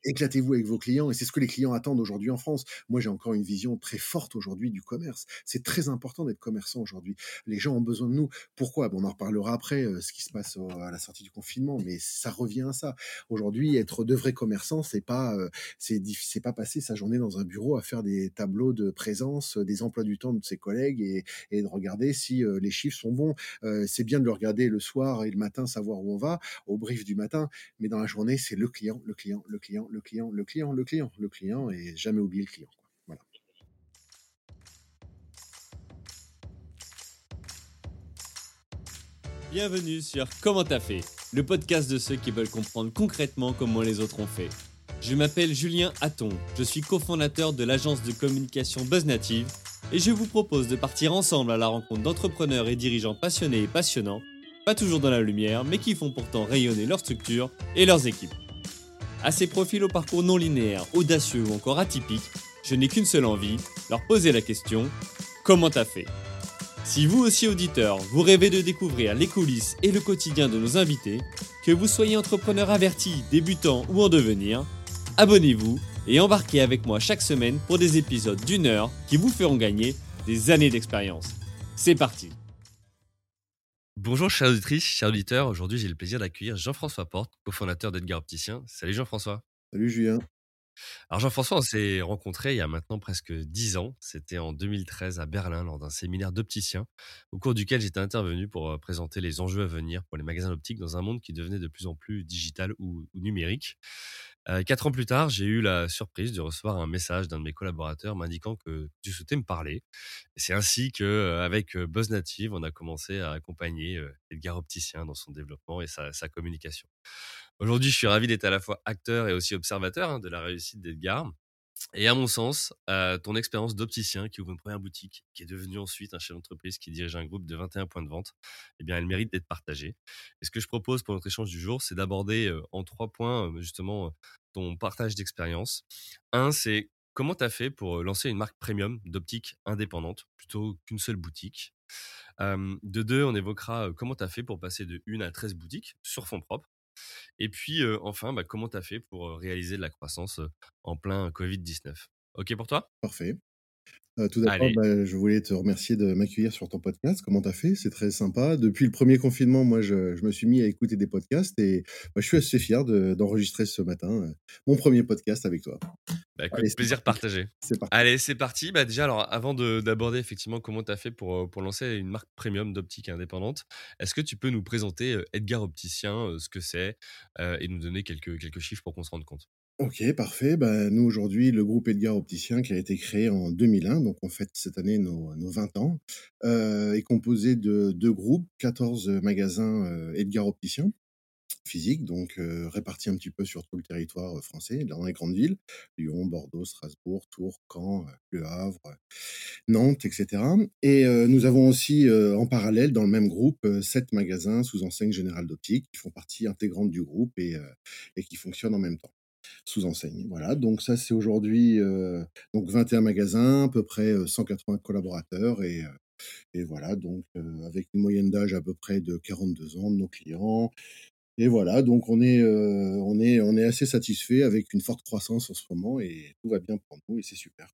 éclatez-vous avec vos clients et c'est ce que les clients attendent aujourd'hui en France. Moi, j'ai encore une vision très forte aujourd'hui du commerce. C'est très important d'être commerçant aujourd'hui. Les gens ont besoin de nous. Pourquoi? Bon, on en reparlera après, ce qui se passe à la sortie du confinement, mais ça revient à ça. Aujourd'hui, être de vrais commerçants, c'est pas passer sa journée dans un bureau à faire des tableaux de présence, des emplois du temps de ses collègues et de regarder si les chiffres sont bons. C'est bien de le regarder le soir et le matin, savoir où on va, au brief du matin, mais dans la journée, c'est le client, le client, le client, le client, le client, le client, le client et jamais oublier le client, quoi. Voilà. Bienvenue sur Comment t'as fait, le podcast de ceux qui veulent comprendre concrètement comment les autres ont fait. Je m'appelle Julien Hatton, je suis cofondateur de l'agence de communication BuzzNative et je vous propose de partir ensemble à la rencontre d'entrepreneurs et dirigeants passionnés et passionnants, pas toujours dans la lumière, mais qui font pourtant rayonner leur structure et leurs équipes. À ces profils au parcours non linéaire, audacieux ou encore atypiques, je n'ai qu'une seule envie, leur poser la question « Comment t'as fait ?» Si vous aussi auditeur, vous rêvez de découvrir les coulisses et le quotidien de nos invités, que vous soyez entrepreneur averti, débutant ou en devenir, abonnez-vous et embarquez avec moi chaque semaine pour des épisodes d'une heure qui vous feront gagner des années d'expérience. C'est parti. Bonjour chères auditrices, chers auditeurs, aujourd'hui j'ai le plaisir d'accueillir Jean-François Porte, cofondateur d'Edgar Opticien. Salut Jean-François. Salut Julien. Alors Jean-François, on s'est rencontrés il y a maintenant presque 10 ans. C'était en 2013 à Berlin lors d'un séminaire d'opticiens au cours duquel j'étais intervenu pour présenter les enjeux à venir pour les magasins optiques dans un monde qui devenait de plus en plus digital ou numérique. 4 ans plus tard, j'ai eu la surprise de recevoir un message d'un de mes collaborateurs m'indiquant que tu souhaitais me parler. Et c'est ainsi que, avec Buzz Native, on a commencé à accompagner Edgar Opticien dans son développement et sa communication. Aujourd'hui, je suis ravi d'être à la fois acteur et aussi observateur de la réussite d'Edgar. Et à mon sens, ton expérience d'opticien qui ouvre une première boutique, qui est devenu ensuite un chef d'entreprise qui dirige un groupe de 21 points de vente, eh bien, elle mérite d'être partagée. Et ce que je propose pour notre échange du jour, c'est d'aborder en 3 points justement ton partage d'expérience. Un, c'est comment tu as fait pour lancer une marque premium d'optique indépendante plutôt qu'une seule boutique. De deux, on évoquera comment tu as fait pour passer de 1 à 13 boutiques sur fonds propres. Et puis, enfin, comment tu as fait pour réaliser de la croissance en plein Covid-19? OK pour toi? Parfait. Tout d'abord, Allez. je voulais te remercier de m'accueillir sur ton podcast. Comment tu as fait? C'est très sympa. Depuis le premier confinement, moi, je me suis mis à écouter des podcasts et je suis assez fier d'enregistrer ce matin, mon premier podcast avec toi. Bah, Allez, écoute, c'est plaisir parti, partagé. c'est parti. Allez, c'est parti. Bah, déjà, alors, avant d'aborder effectivement comment tu as fait pour lancer une marque premium d'optique indépendante, est-ce que tu peux nous présenter Edgar Opticien, ce que c'est, et nous donner quelques chiffres pour qu'on se rende compte? OK, parfait. Nous, aujourd'hui, le groupe Edgar Opticien, qui a été créé en 2001, donc on fête cette année nos 20 ans, est composé de 2 groupes, 14 magasins, Edgar Opticien, physiques, donc répartis un petit peu sur tout le territoire, français, dans les grandes villes, Lyon, Bordeaux, Strasbourg, Tours, Caen, Le Havre, Nantes et cetera et nous avons aussi, en parallèle, dans le même groupe, 7 magasins sous enseigne Générale d'Optique, qui font partie intégrante du groupe et qui fonctionnent en même temps. Sous enseigne, voilà, donc ça, c'est aujourd'hui, donc 21 magasins, à peu près, 180 collaborateurs et voilà, donc avec une moyenne d'âge à peu près de 42 ans de nos clients et voilà, donc on est assez satisfait avec une forte croissance en ce moment et tout va bien pour nous et c'est super.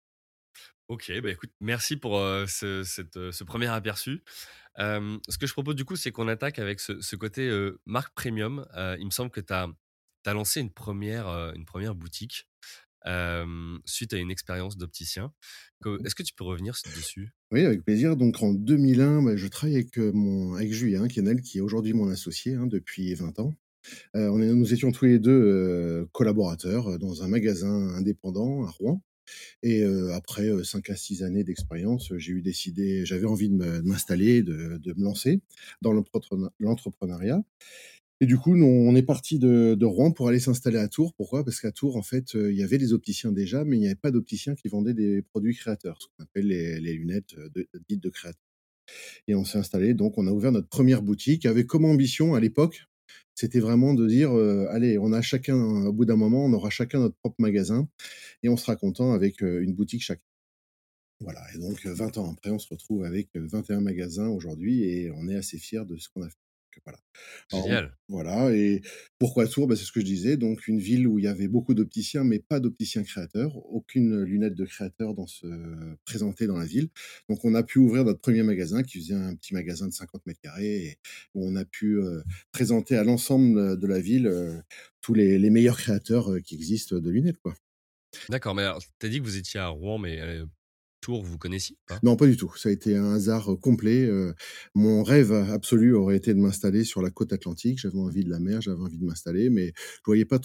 OK, bah, écoute, merci pour, ce 1er aperçu. Ce que je propose du coup, c'est qu'on attaque avec ce côté, marque premium. Il me semble que tu as lancé une première boutique, suite à une expérience d'opticien. Est-ce que tu peux revenir dessus? Oui, avec plaisir, donc en 2001, je travaille avec Julien Quesnel, qui est aujourd'hui mon associé, hein, depuis 20 ans. Nous étions tous les 2 collaborateurs, dans un magasin indépendant à Rouen. Et après, 5 à 6 années d'expérience, j'avais envie de m'installer, de me lancer dans l'entrepreneuriat et du coup, nous, on est parti de Rouen pour aller s'installer à Tours. Pourquoi? Parce qu'à Tours, en fait, il y avait des opticiens déjà, mais il n'y avait pas d'opticiens qui vendaient des produits créateurs, ce qu'on appelle les lunettes, dites de créateurs et on s'est installé, donc on a ouvert notre première boutique avec comme ambition à l'époque, c'était vraiment de dire, «Allez, on a chacun au bout d'un moment, on aura chacun notre propre magasin et on sera content avec, une boutique chacun». Voilà et donc 20 ans après, on se retrouve avec, 21 magasins aujourd'hui et on est assez fiers de ce qu'on a fait. voilà. Alors Génial. voilà. Et pourquoi Tours? Bah, c'est ce que je disais, donc une ville où il y avait beaucoup d'opticiens, mais pas d'opticiens créateurs, aucune lunette de créateur présentée dans la ville. Donc on a pu ouvrir notre premier magasin qui faisait un petit magasin de 50 carrés et où on a pu, présenter à l'ensemble, de la ville, tous les meilleurs créateurs, qui existent de lunettes, quoi. D'accord, mais alors tu dit que vous étiez à Rouen, mais Tours, vous connaissiez ou pas? Non, pas du tout. Ça a été un hasard, complet, mon rêve absolu aurait été de m'installer sur la côte atlantique. J'avais envie de la mer, j'avais envie de m'installer, mais je voyais pas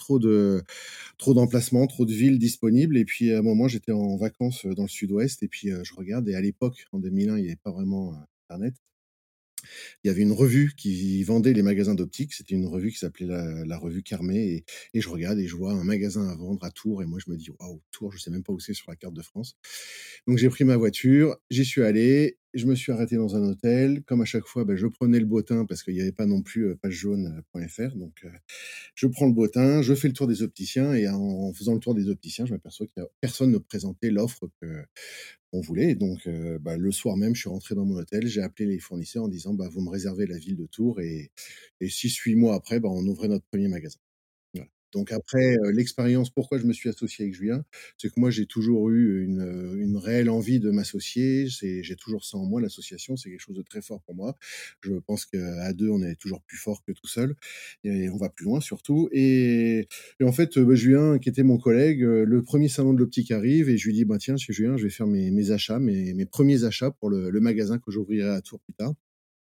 trop d'emplacements, trop de villes disponibles. Et puis à un moment, j'étais en vacances, dans le sud-ouest et puis, je regarde et à l'époque, en 2001, il y avait pas vraiment, internet. Il y avait une revue qui vendait les magasins d'optique. C'était une revue qui s'appelait la revue Carmet et je regarde et je vois un magasin à vendre à Tours et moi je me dis: «Waouh, Tours, je sais même pas où c'est sur la carte de France». Donc j'ai pris ma voiture, j'y suis allé, je me suis arrêté dans un hôtel. Comme à chaque fois, bah, je prenais le bottin parce qu'il y avait pas non plus, pagejaune.fr. Donc je prends le bottin, je fais le tour des opticiens et en faisant le tour des opticiens, je m'aperçois que personne ne présentait l'offre qu'on voulait. Et donc bah, le soir même, je suis rentré dans mon hôtel, j'ai appelé les fournisseurs en disant: «Bah, vous me réservez la ville de Tours» et 6-8 mois après, bah, on ouvrait notre premier magasin. Voilà. Donc après, l'expérience, pourquoi je me suis associé avec Julien? C'est que moi, j'ai toujours eu une réelle envie de m'associer. J'ai toujours ça en moi, l'association, c'est quelque chose de très fort pour moi. Je pense qu'à 2, on est toujours plus fort que tout seul et on va plus loin surtout. Et en fait, bah, Julien, qui était mon collègue, le premier salon de l'optique arrive et je lui dis: «Bah, tiens, chez Julien, je vais faire mes achats, mes 1 achats pour le magasin que j'ouvrirai à Tours plus tard».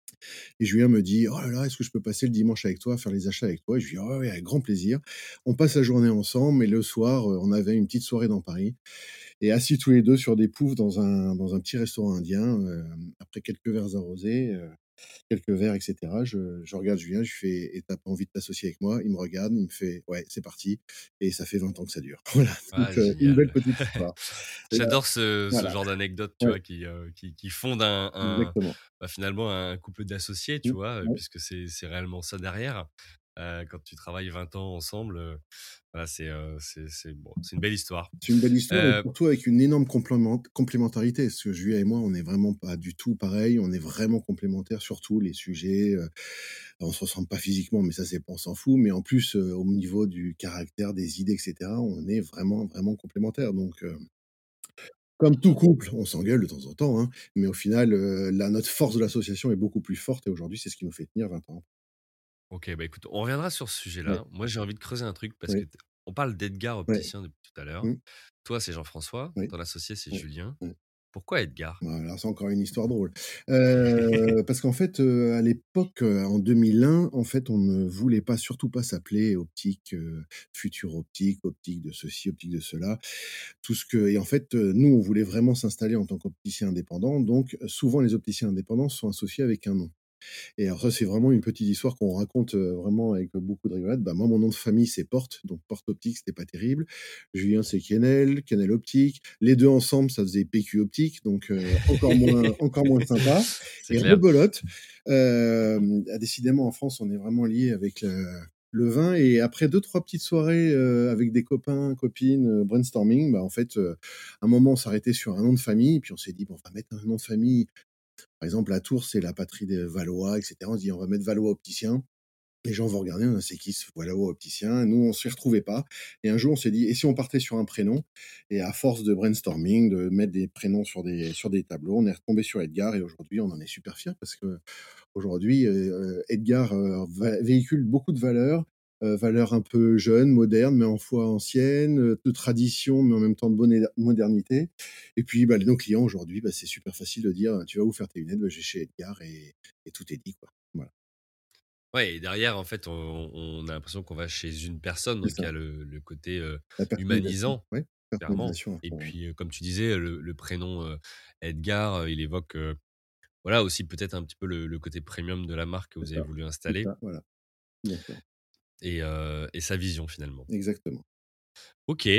Et Julien me dit: «Oh là là, est-ce que je peux passer le dimanche avec toi, faire les achats avec toi?» Et je lui dis: «Ouais, ouais, avec grand plaisir». On passe la journée ensemble et le soir, on avait une petite soirée dans Paris et assis tous les 2 sur des poufs dans un petit restaurant indien, après quelques verres arrosés, quelques verres et cetera, je regarde Julien, je lui fais: «Et tu pas envie de t'associer avec moi?» Il me regarde, il me fait: «Ouais, c'est parti» et ça fait 20 ans que ça dure. Voilà, donc Ah une belle génial. petite histoire. Et J'adore ce voilà, genre d'anecdote, tu ouais, vois, qui fondent exactement. bah, finalement un couple d'associés, tu Mmh, vois, ouais. puisque c'est réellement ça derrière. Quand tu travailles 20 ans ensemble, voilà, c'est bon, c'est une belle histoire. C'est une belle histoire et Heu, surtout avec une énorme complémentarité. Parce que Julien et moi, on n'est vraiment pas du tout pareil. On est vraiment complémentaires sur tous les sujets. On se ressemble pas physiquement, mais ça, c'est on s'en fout. Mais en plus, au niveau du caractère, des idées, et cetera, on est vraiment, vraiment complémentaires. Donc, comme tout couple, on s'engueule de temps en temps, hein, mais au final, notre force de l'association est beaucoup plus forte et aujourd'hui, c'est ce qui nous fait tenir 20 ans. OK, bah, écoute, on reviendra sur ce Ouais, sujet-là. Moi, j'ai envie de creuser un truc parce que ouais, on parle d'Edgar ouais. opticien depuis tout à l'heure. Mmh, Toi, c'est Jean-François, oui, ton associé, c'est ouais, Julien. ouais. Pourquoi Edgar? Ouais, alors c'est encore une histoire drôle. Parce qu'en fait, à l'époque, en 2001, en fait, on ne voulait pas, surtout pas s'appeler Optique, Future Optique, Optique de ceci, Optique de cela. Tout ce que et en fait, nous, on voulait vraiment s'installer en tant qu'opticien indépendant, donc souvent les opticiens indépendants sont associés avec un nom. Et alors ça, c'est vraiment une petite histoire qu'on raconte, vraiment avec beaucoup de rigolade. Bah, moi, mon nom de famille, c'est Porte, donc Porte Optique, c'était pas terrible. Julien, c'est Kennel, Kennel Optique. Les 2 ensemble, ça faisait PQ Optique, donc encore moins sympa. C'est Et clair. rebelote, décidément, en France, on est vraiment lié avec le vin et après deux trois petites soirées, avec des copains, copines, brainstorming, bah, en fait, à un moment, on s'arrêtait sur un nom de famille et puis on s'est dit: «Bon, on va mettre un nom de famille». Par exemple, la Tour, c'est la patrie des Valois, et cetera. On se dit: «On va mettre Valois opticien». Les gens vont regarder, «C'est qui ce Valois opticien?» Nous, on s'y retrouvait pas et un jour, on s'est dit: «Et si on partait sur un prénom?» Et à force de brainstorming, de mettre des prénoms sur des tableaux, on est retombé sur Edgar et aujourd'hui, on en est super fiers parce qu'aujourd'hui, Edgar, véhicule beaucoup de valeurs un peu jeunes, modernes, mais en foi anciennes, de tradition, mais en même temps de modernité. Et puis, bah, nos clients aujourd'hui, bah, c'est super facile de dire: «Tu vas où faire tes lunettes?» «Bah, je vais chez Edgar» et tout est dit, quoi. Voilà, Ouais, et derrière, en fait, on a l'impression qu'on va chez une personne, c'est donc il y ça, a le côté la personnalisation, humanisant, ouais, clairement. personnalisation à Et fond, ouais. puis, comme tu disais, le prénom Edgar, il évoque voilà aussi peut-être un petit peu le côté premium de la marque que C'est vous avez ça, voulu c'est installer ça, voilà, bien sûr, et sa vision finalement. exactement. OK.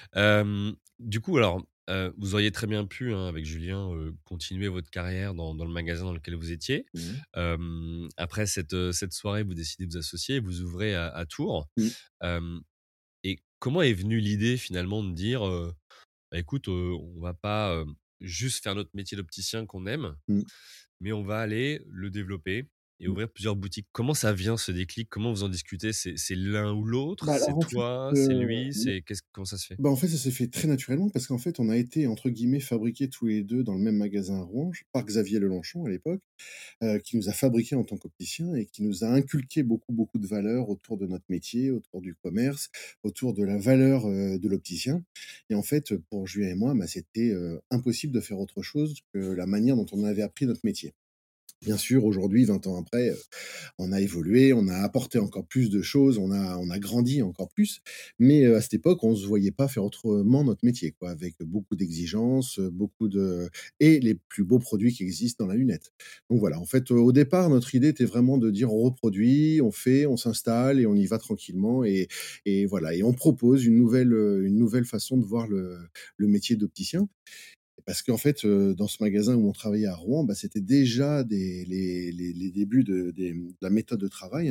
Du coup, alors, vous auriez très bien pu, hein, avec Julien, continuer votre carrière dans le magasin dans lequel vous étiez. Mmh. Après cette soirée, vous décidez de vous associer, vous ouvrez à Tours. Mmh, Hem Et comment est venue l'idée finalement de dire, «Bah, écoute, on va pas, juste faire notre métier d'opticien qu'on aime, mmh, mais on va aller le développer et ouvrir plusieurs boutiques. Comment ça vient ce déclic? Comment vous en discutez? C'est l'un ou l'autre? Bah, C'est alors en fait, toi? C'est lui? C'est qu'est-ce comment ça se fait? bah, en fait, ça s'est fait très naturellement parce qu'en fait, on a été entre guillemets «fabriqués» tous les 2 dans le même magasin à Rouen, par Xavier Lelenchon à l'époque, qui nous a fabriqués en tant qu'opticien et qui nous a inculqué beaucoup, beaucoup de valeurs autour de notre métier, autour du commerce, autour de la valeur, de l'opticien et en fait, pour Julien et moi, bah, c'était, impossible de faire autre chose que la manière dont on avait appris notre métier. Bien sûr, aujourd'hui, 20 ans après, on a évolué, on a apporté encore plus de choses, on a grandi encore plus. Mais, à cette époque, on se voyait pas faire autrement notre métier, quoi, avec beaucoup d'exigences, beaucoup de et les plus beaux produits qui existent dans la lunette. Donc voilà, en fait, au départ, notre idée était vraiment de dire: «On reproduit, on fait, on s'installe et on y va tranquillement» et voilà et on propose une nouvelle façon de voir le métier d'opticien. Parce qu'en fait, dans ce magasin où on travaillait à Rouen, bah, c'était déjà des les débuts de la méthode de travail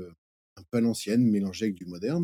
un peu à l'ancienne, mélangée avec du moderne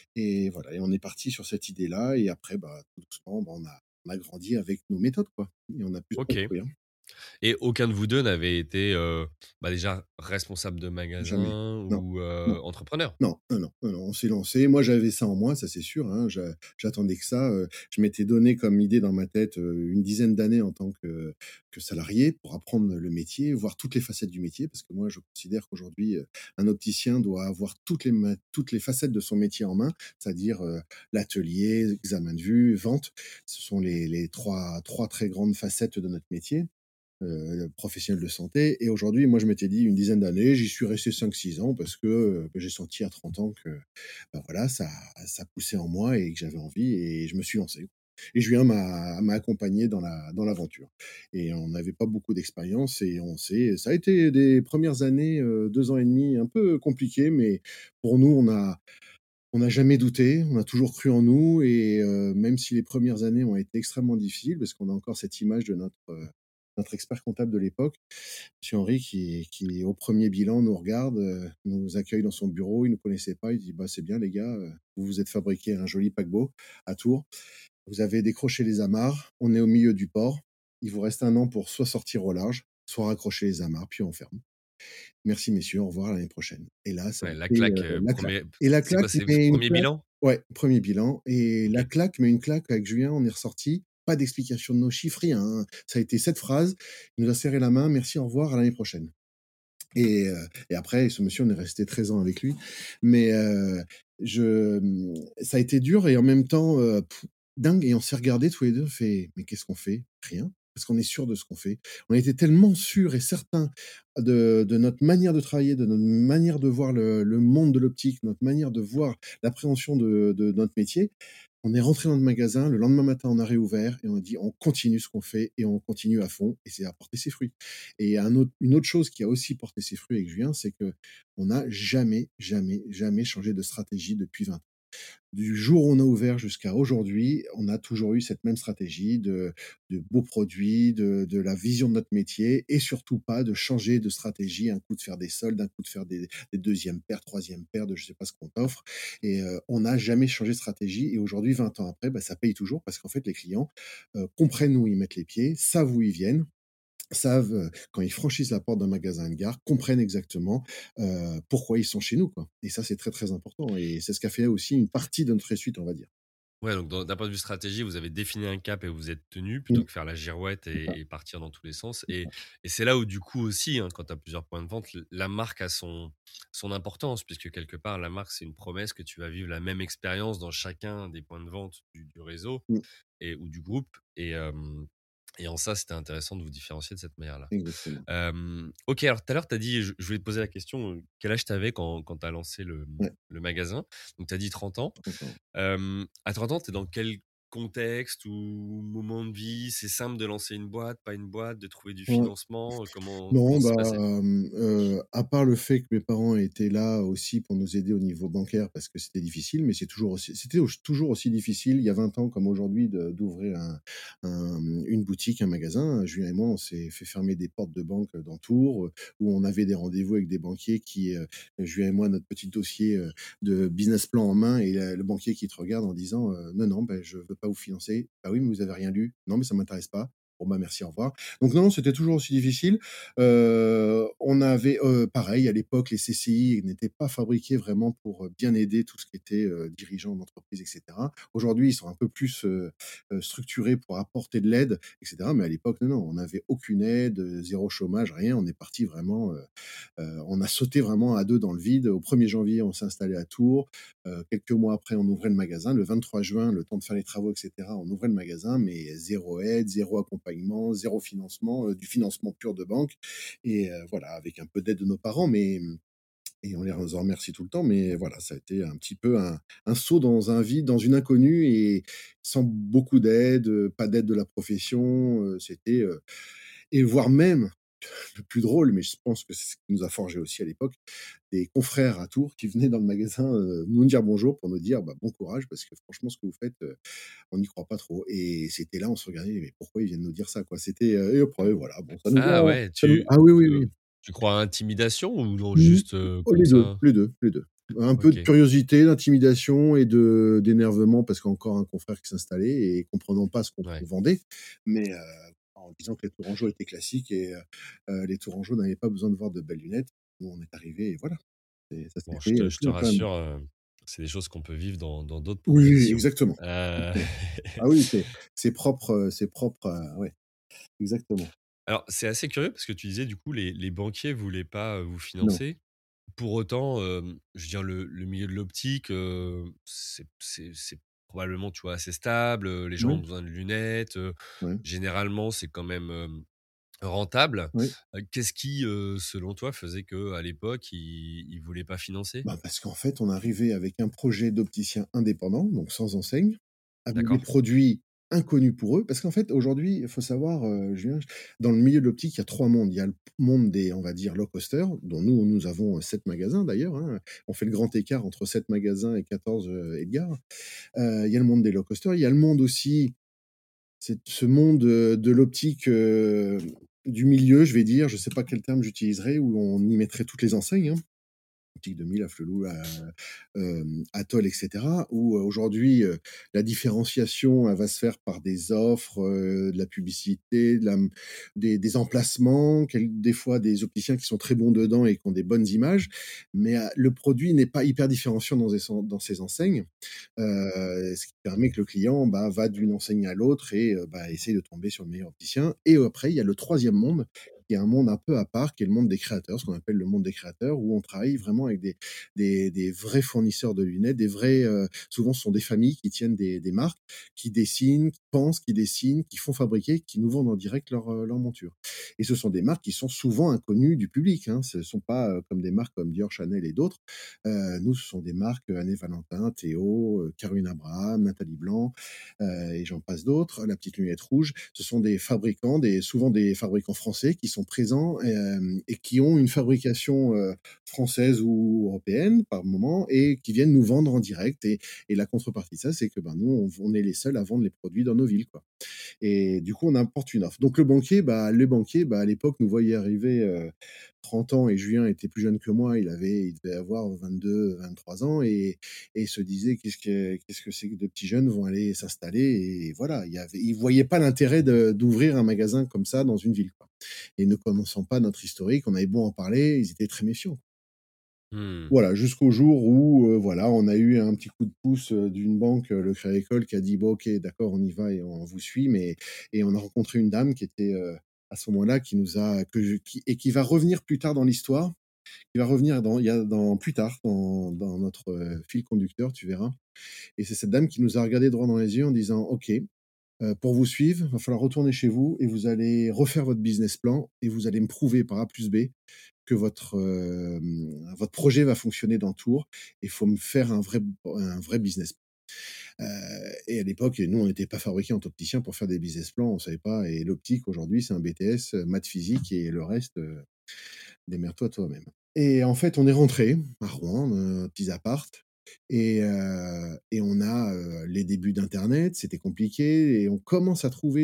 et voilà et on est parti sur cette idée-là et après, bah, tout doucement, bah, on a grandi avec nos méthodes, quoi et on a pu se OK. construire. Et aucun de vous 2 n'avait été, bah, déjà responsable de Jamais. magasin Non, ou, non. entrepreneur? Non, non, non, non, non, on s'est lancé. Moi, j'avais ça en moi, ça c'est sûr, hein. J'attendais que ça, je m'étais donné comme idée dans ma tête, une dizaine d'années en tant que salarié pour apprendre le métier, voir toutes les facettes du métier. Parce que moi, je considère qu'aujourd'hui, un opticien doit avoir toutes les facettes de son métier en main, c'est-à-dire, l'atelier, examen de vue, vente. Ce sont les trois très grandes facettes de notre métier professionnel de santé et aujourd'hui, moi, je m'étais dit une dizaine d'années, j'y suis resté 5 6 ans parce que, bah, j'ai senti à 30 ans que, bah, voilà, ça poussait en moi et que j'avais envie et je me suis lancé et Julien m'a accompagné dans l'aventure et on n'avait pas beaucoup d'expérience et ça a été des premières années, 2 ans et demi un peu compliquées mais pour nous, on n'a jamais douté, on a toujours cru en nous et même si les premières années ont été extrêmement difficiles, parce qu'on a encore cette image de notre expert comptable de l'époque, monsieur Henry qui au premier bilan nous regarde, nous accueille dans son bureau, il ne nous connaissait pas, il dit: «Bah, c'est bien les gars, vous vous êtes fabriqués un joli paquebot à Tours. Vous avez décroché les amarres, on est au milieu du port. Il vous reste 1 an pour soit sortir au large, soit raccrocher les amarres, puis on ferme. Merci messieurs, au revoir, à l'année prochaine» et là, ça a Ouais, la été, claque, la claque 1 et la c'est quoi? claque, C'est mais une 1er claque bilan? ouais, premier bilan et la OK. claque, mais une claque avec Julien, on est ressorti, pas d'explication de nos chiffres, rien, hein. Ça a été cette phrase, il nous a serré la main: «Merci, au revoir, à l'année prochaine» et après, ce monsieur, on est resté 13 ans avec lui, mais ça a été dur et en même temps, dingue et on s'est regardés tous les 2, on fait: «Mais qu'est-ce qu'on fait? Rien». Parce qu'on est sûr de ce qu'on fait. On était tellement sûrs et certains de notre manière de travailler, de notre manière de voir le monde de l'optique, notre manière de voir l'appréhension de notre métier. On est rentré dans le magasin, le lendemain matin, on a réouvert et on a dit: «On continue ce qu'on fait et on continue à fond» et ça a porté ses fruits. Et une autre chose qui a aussi porté ses fruits avec Julien, c'est qu'on n'a jamais, jamais, jamais changé de stratégie depuis 20 ans. Du jour où on a ouvert jusqu'à aujourd'hui, on a toujours eu cette même stratégie de beaux produits, de la vision de notre métier et surtout pas de changer de stratégie, un coup de faire des soldes, un coup de faire des 2e paires, 3e paires de je sais pas ce qu'on t'offre et on n'a jamais changé de stratégie et aujourd'hui 20 ans après, bah, ça paye toujours parce qu'en fait les clients, comprennent où ils mettent les pieds, savent où ils viennent, savent, quand ils franchissent la porte d'un magasin de gare, comprennent exactement, pourquoi ils sont chez nous, quoi et ça, c'est très, très important et c'est ce qui a fait aussi une partie de notre réussite, on va dire. Ouais, donc d'un point de vue stratégie, vous avez défini un cap et vous êtes tenu Mmh, plutôt que faire la girouette c'est ça, et partir dans tous les sens c'est ça. et c'est là où du coup aussi, hein, quand tu as plusieurs points de vente, l la marque a son importance puisque quelque part la marque, c'est une promesse que tu vas vivre la même expérience dans chacun des points de vente du réseau Mmh, et ou du groupe et en ça, c'était intéressant de vous différencier de cette manière-là. exactement. OK, alors tout à l'heure, tu as dit je voulais te poser la question, quel âge tu avais quand tu as lancé Ouais, le magasin? Donc tu as dit 30 ans. 30 ans. À 30 ans, tu es dans quel contexte ou moment de vie? C'est simple de lancer une boîte, pas une boîte, de trouver du Ouais. financement? Comment Non, ça bah, s'est passé? à part le fait que mes parents étaient là aussi pour nous aider au niveau bancaire parce que c'était difficile, mais c'était toujours aussi difficile il y a 20 ans comme aujourd'hui d'ouvrir une boutique, un magasin. Julien et moi, on s'est fait fermer des portes de banque dans Tours, où on avait des rendez-vous avec des banquiers Julien et moi, notre petit dossier, de business plan en main et le banquier qui te regarde en disant: «Non, non, ben, je veux pas vous financer». «Bah oui, mais vous avez rien lu». «Non, mais ça m'intéresse pas». Bon, bah, merci, au revoir. Donc non, c'était toujours aussi difficile. On avait, pareil à l'époque, les CCI n'étaient pas fabriqués vraiment pour, bien aider tout ce qui était, dirigeants d'entreprise et cetera. Aujourd'hui, ils sont un peu plus, structurés pour apporter de l'aide et cetera, mais à l'époque, non, non, on n'avait aucune aide, 0 chômage, rien. On est parti vraiment, on a sauté vraiment à 2 dans le vide. Au 1er janvier, on s'est installé à Tours. Quelques mois après, on ouvrait le magasin. Le 23 juin, le temps de faire les travaux et cetera, on ouvrait le magasin, mais 0 aide, 0 accompagnement, 0 financement, du financement pur de banque et voilà, avec un peu d'aide de nos parents, mais et on les en remercie tout le temps, mais voilà, ça a été un petit peu un saut dans un vide, dans une inconnue et sans beaucoup d'aide, pas d'aide de la profession, c'était, et voire même, le plus drôle, mais je pense que c'est ce qui nous a forgé aussi à l'époque, des confrères à Tours qui venaient dans le magasin, nous dire bonjour pour nous dire: «Bah, bon courage parce que franchement ce que vous faites, on n'y croit pas trop» et c'était là, on se regardait: «Mais pourquoi ils viennent nous dire ça, quoi?» C'était, et après voilà, bon Ah ouais, ça nous ah oui, oui, oui. tu crois à intimidation ou non, Mmh, juste, oh comme les 2, ça? les 2, les 2. Un peu de OK, curiosité, d'intimidation et d'énervement parce qu'encore un confrère qui s'installait et comprenant pas ce qu'on ouais. vendait, mais en disant que les tourangeaux étaient classiques et les tourangeaux n'avaient pas besoin de voir de belles lunettes. Nous, on est arrivés et voilà, et ça s'est Bon, fait, je te plutôt calme. rassure, c'est des choses qu'on peut vivre dans d'autres Oui, oui, professions. exactement, Heu, exactement. Ah oui, c'est propre à ouais, exactement. alors c'est assez curieux parce que tu disais du coup les banquiers voulaient pas, vous Non. financer. Pour autant, je veux dire le milieu de l'optique, c'est probablement, tu vois, assez stable, les gens ont Oui, besoin de lunettes, ouais, généralement c'est quand même, rentable. oui. Qu'est-ce qui, selon toi faisait qu'à l'époque ils voulaient pas financer? Bah, parce qu'en fait, on arrivait avec un projet d'opticien indépendant, donc sans enseigne, avec des D'accord, produits inconnus pour eux. Parce qu'en fait, aujourd'hui, il faut savoir, Julien, dans le milieu de l'optique, il y a 3 mondes. Il y a le monde des, on va dire, low costers, dont nous avons 7 magasins d'ailleurs, hein. On fait le grand écart entre 7 magasins et 14 Edgard. Il y a le monde des low costers. Il y a le monde aussi, c'est ce monde, de l'optique, du milieu, je vais dire, je ne sais pas quel terme j'utiliserai, où on y mettrait toutes les enseignes, hein. Boutique de Mille, à Flelou, à Atoll et cetera, où, aujourd'hui, la différenciation, elle va se faire par des offres, de la publicité, de la des emplacements, des fois des opticiens qui sont très bons dedans et qui ont des bonnes images, mais, le produit n'est pas hyper différenciant dans ces enseignes. Ce qui permet que le client, bah, va d'une enseigne à l'autre et bah, essaye de tomber sur le meilleur opticien et après, il y a le troisième monde, qui est un monde un peu à part, qui est le monde des créateurs, ce qu'on appelle le monde des créateurs, où on travaille vraiment avec des vrais fournisseurs de lunettes, des vrais, souvent ce sont des familles qui tiennent des marques, qui dessinent, qui pensent, qui dessinent, qui font fabriquer, qui nous vendent en direct leurs montures. Et ce sont des marques qui sont souvent inconnues du public, hein. Ce ne sont pas, comme des marques comme Dior, Chanel et d'autres. Nous, ce sont des marques, Anne Valentin, Théo, Caroline Abraham, Nathalie Blanc, et j'en passe d'autres. La Petite Lunette Rouge. Ce sont des fabricants, souvent des fabricants français qui sont présents, et qui ont une fabrication, française ou européenne par moment et qui viennent nous vendre en direct et la contrepartie de ça, c'est que, ben, nous, on est les seuls à vendre les produits dans nos villes, quoi. Et du coup, on apporte une offre. Donc le banquier, les banquiers, à l'époque, nous voyaient arriver, 30 ans et Julien était plus jeune que moi, il devait avoir 22, 23 ans et se disait: «Qu'est-ce que c'est que de petits jeunes vont aller s'installer?» et voilà, ils voyaient pas l'intérêt d'ouvrir un magasin comme ça dans une ville, quoi. Et ne connaissant pas notre historique, on avait beau en parler, ils étaient très méfiants. mmh, Voilà, jusqu'au jour où, voilà, on a eu un petit coup de pouce, d'une banque, le Crédit Agricole qui a dit: «Bon, OK, d'accord, on y va et on vous suit», mais et on a rencontré une dame qui était, à ce moment-là, qui nous a que je qui et qui va revenir plus tard dans l'histoire, qui va revenir dans il y a dans plus tard dans notre, fil conducteur, tu verras. Et c'est cette dame qui nous a regardé droit dans les yeux en disant: «OK, pour vous suivre, il va falloir retourner chez vous et vous allez refaire votre business plan et vous allez me prouver par A plus B que votre projet va fonctionner dans Tours. Il faut me faire un vrai business plan». Et à l'époque, nous, on n'était pas fabriqués en opticien pour faire des business plans, on savait pas et l'optique aujourd'hui, c'est un BTS, maths physique et le reste, démerde-toi toi-même. Et en fait, on est rentré à Rouen, petits appart. Et on a, les débuts d'internet, c'était compliqué et on commence à trouver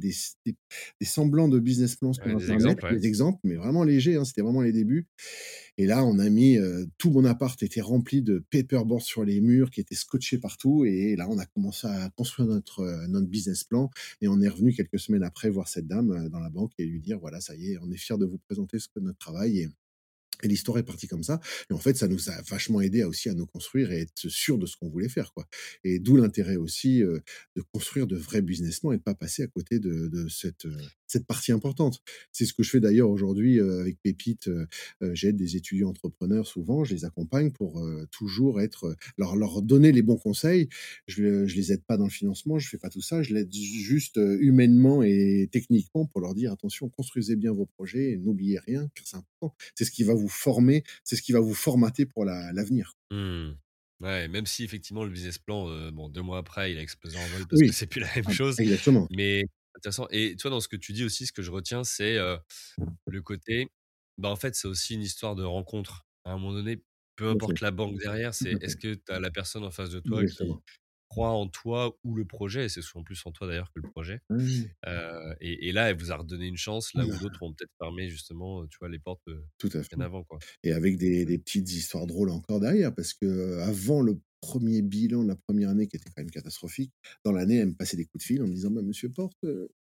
des semblants de business plans sur Ouais, des internet, exemples, ouais. des exemples, mais vraiment légers, hein, c'était vraiment les débuts. Et là, on a mis, tout mon appart était rempli de paperboard sur les murs qui étaient scotchés partout et là, on a commencé à construire notre business plan et on est revenu quelques semaines après voir cette dame, dans la banque et lui dire: «Voilà, ça y est, on est fiers de vous présenter ce que notre travail» et l'histoire est partie comme ça et en fait, ça nous a vachement aidé à aussi à nous construire et être sûr de ce qu'on voulait faire, quoi et d'où l'intérêt aussi, de construire de vrais business plans et de pas passer à côté de cette partie importante. C'est ce que je fais d'ailleurs aujourd'hui, avec Pépite, j'aide des étudiants entrepreneurs souvent, je les accompagne pour, toujours être, leur donner les bons conseils. Je les aide pas dans le financement, je fais pas tout ça, je l'aide juste, humainement et techniquement pour leur dire: «Attention, construisez bien vos projets et n'oubliez rien, car c'est important». C'est ce qui va vous former, c'est ce qui va vous formater pour l'avenir. Mmh. Ouais, même si effectivement le business plan, bon 2 mois après, il a explosé en vol parce que Oui, c'est plus la même ah, chose, exactement. mais intéressant et tu vois, dans ce que tu dis aussi, ce que je retiens, c'est, le côté, bah, en fait, c'est aussi une histoire de rencontre. À un moment donné, peu Tout à fait, importe la banque derrière, tout c'est à est-ce fait. que tu as la personne en face de toi qui Exactement. croit en toi ou le projet et c'est souvent plus en toi d'ailleurs que le projet, Oui, et là, elle vous a redonné une chance là où oui. d'autres ont peut-être fermé justement, tu vois, les portes, Tout à bien fait. avant, quoi. Et avec des petites histoires drôles encore derrière parce que, avant le premier bilan de la première année qui était quand même catastrophique, dans l'année, elle me passait des coups de fil en me disant: «Bah, monsieur Porte,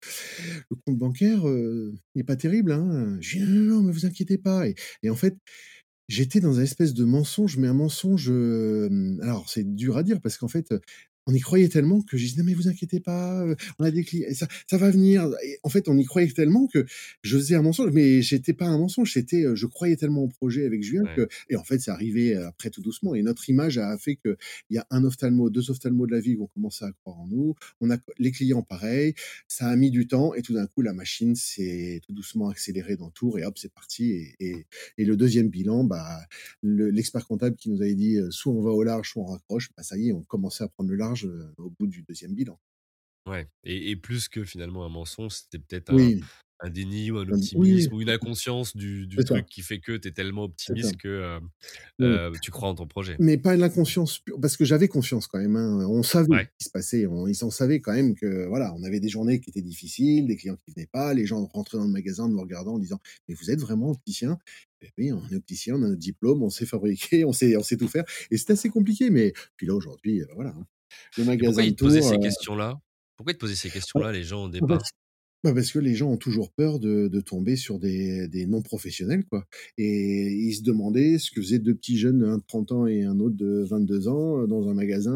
le compte bancaire, il est pas terrible, hein». Je dis: «Non, non, non, mais vous inquiétez pas» et en fait, j'étais dans un espèce de mensonge, mais un mensonge, alors c'est dur à dire parce qu'en fait, on y croyait tellement que j'ai dit: «Non mais vous inquiétez pas, on a des clients, ça va venir» et en fait, on y croyait tellement que je faisais un mensonge, mais j'étais pas un mensonge, c'était, je croyais tellement au projet avec Julien Ouais. que et en fait, c'est arrivé, après tout doucement et notre image a fait qu'il y a un ophtalmo, 2 ophtalmos de la ville qui ont commencé à croire en nous. On a les clients pareil, ça a mis du temps et tout d'un coup, la machine s'est tout doucement accélérée dans Tours et hop, c'est parti et le deuxième bilan, bah, l'expert comptable qui nous avait dit, soit on va au large, soit on raccroche, bah, ça y est, on commençait à prendre le large, au bout du deuxième bilan. Ouais et plus que finalement un mensonge, c'était peut-être Oui, un déni ou un oui, oui, optimisme ou une inconscience du c'est ça, truc qui fait que tu es tellement c'est ça. optimiste que, Oui. tu crois en ton projet. Mais pas l'inconscience pure, parce que j'avais conscience quand même, hein. On savait ce Ouais, qui se passait, on savait quand même que, voilà, on avait des journées qui étaient difficiles, des clients qui venaient pas, les gens rentraient dans le magasin en nous regardant en disant: «Mais vous êtes vraiment opticien?» «Beh oui, on est opticien, on a notre diplôme, on sait fabriquer, on sait tout faire» et c'était assez compliqué, mais puis là aujourd'hui, voilà, hein. Le et pourquoi magasin de ils te posaient Tours, ces questions-là? Pourquoi ils te posaient ces questions-là, les gens, au bah, départ? parce que les gens ont toujours peur de tomber sur des non professionnels, quoi et ils se demandaient ce que faisaient 2 petits jeunes, un de 30 ans et un autre de 22 ans, dans un magasin,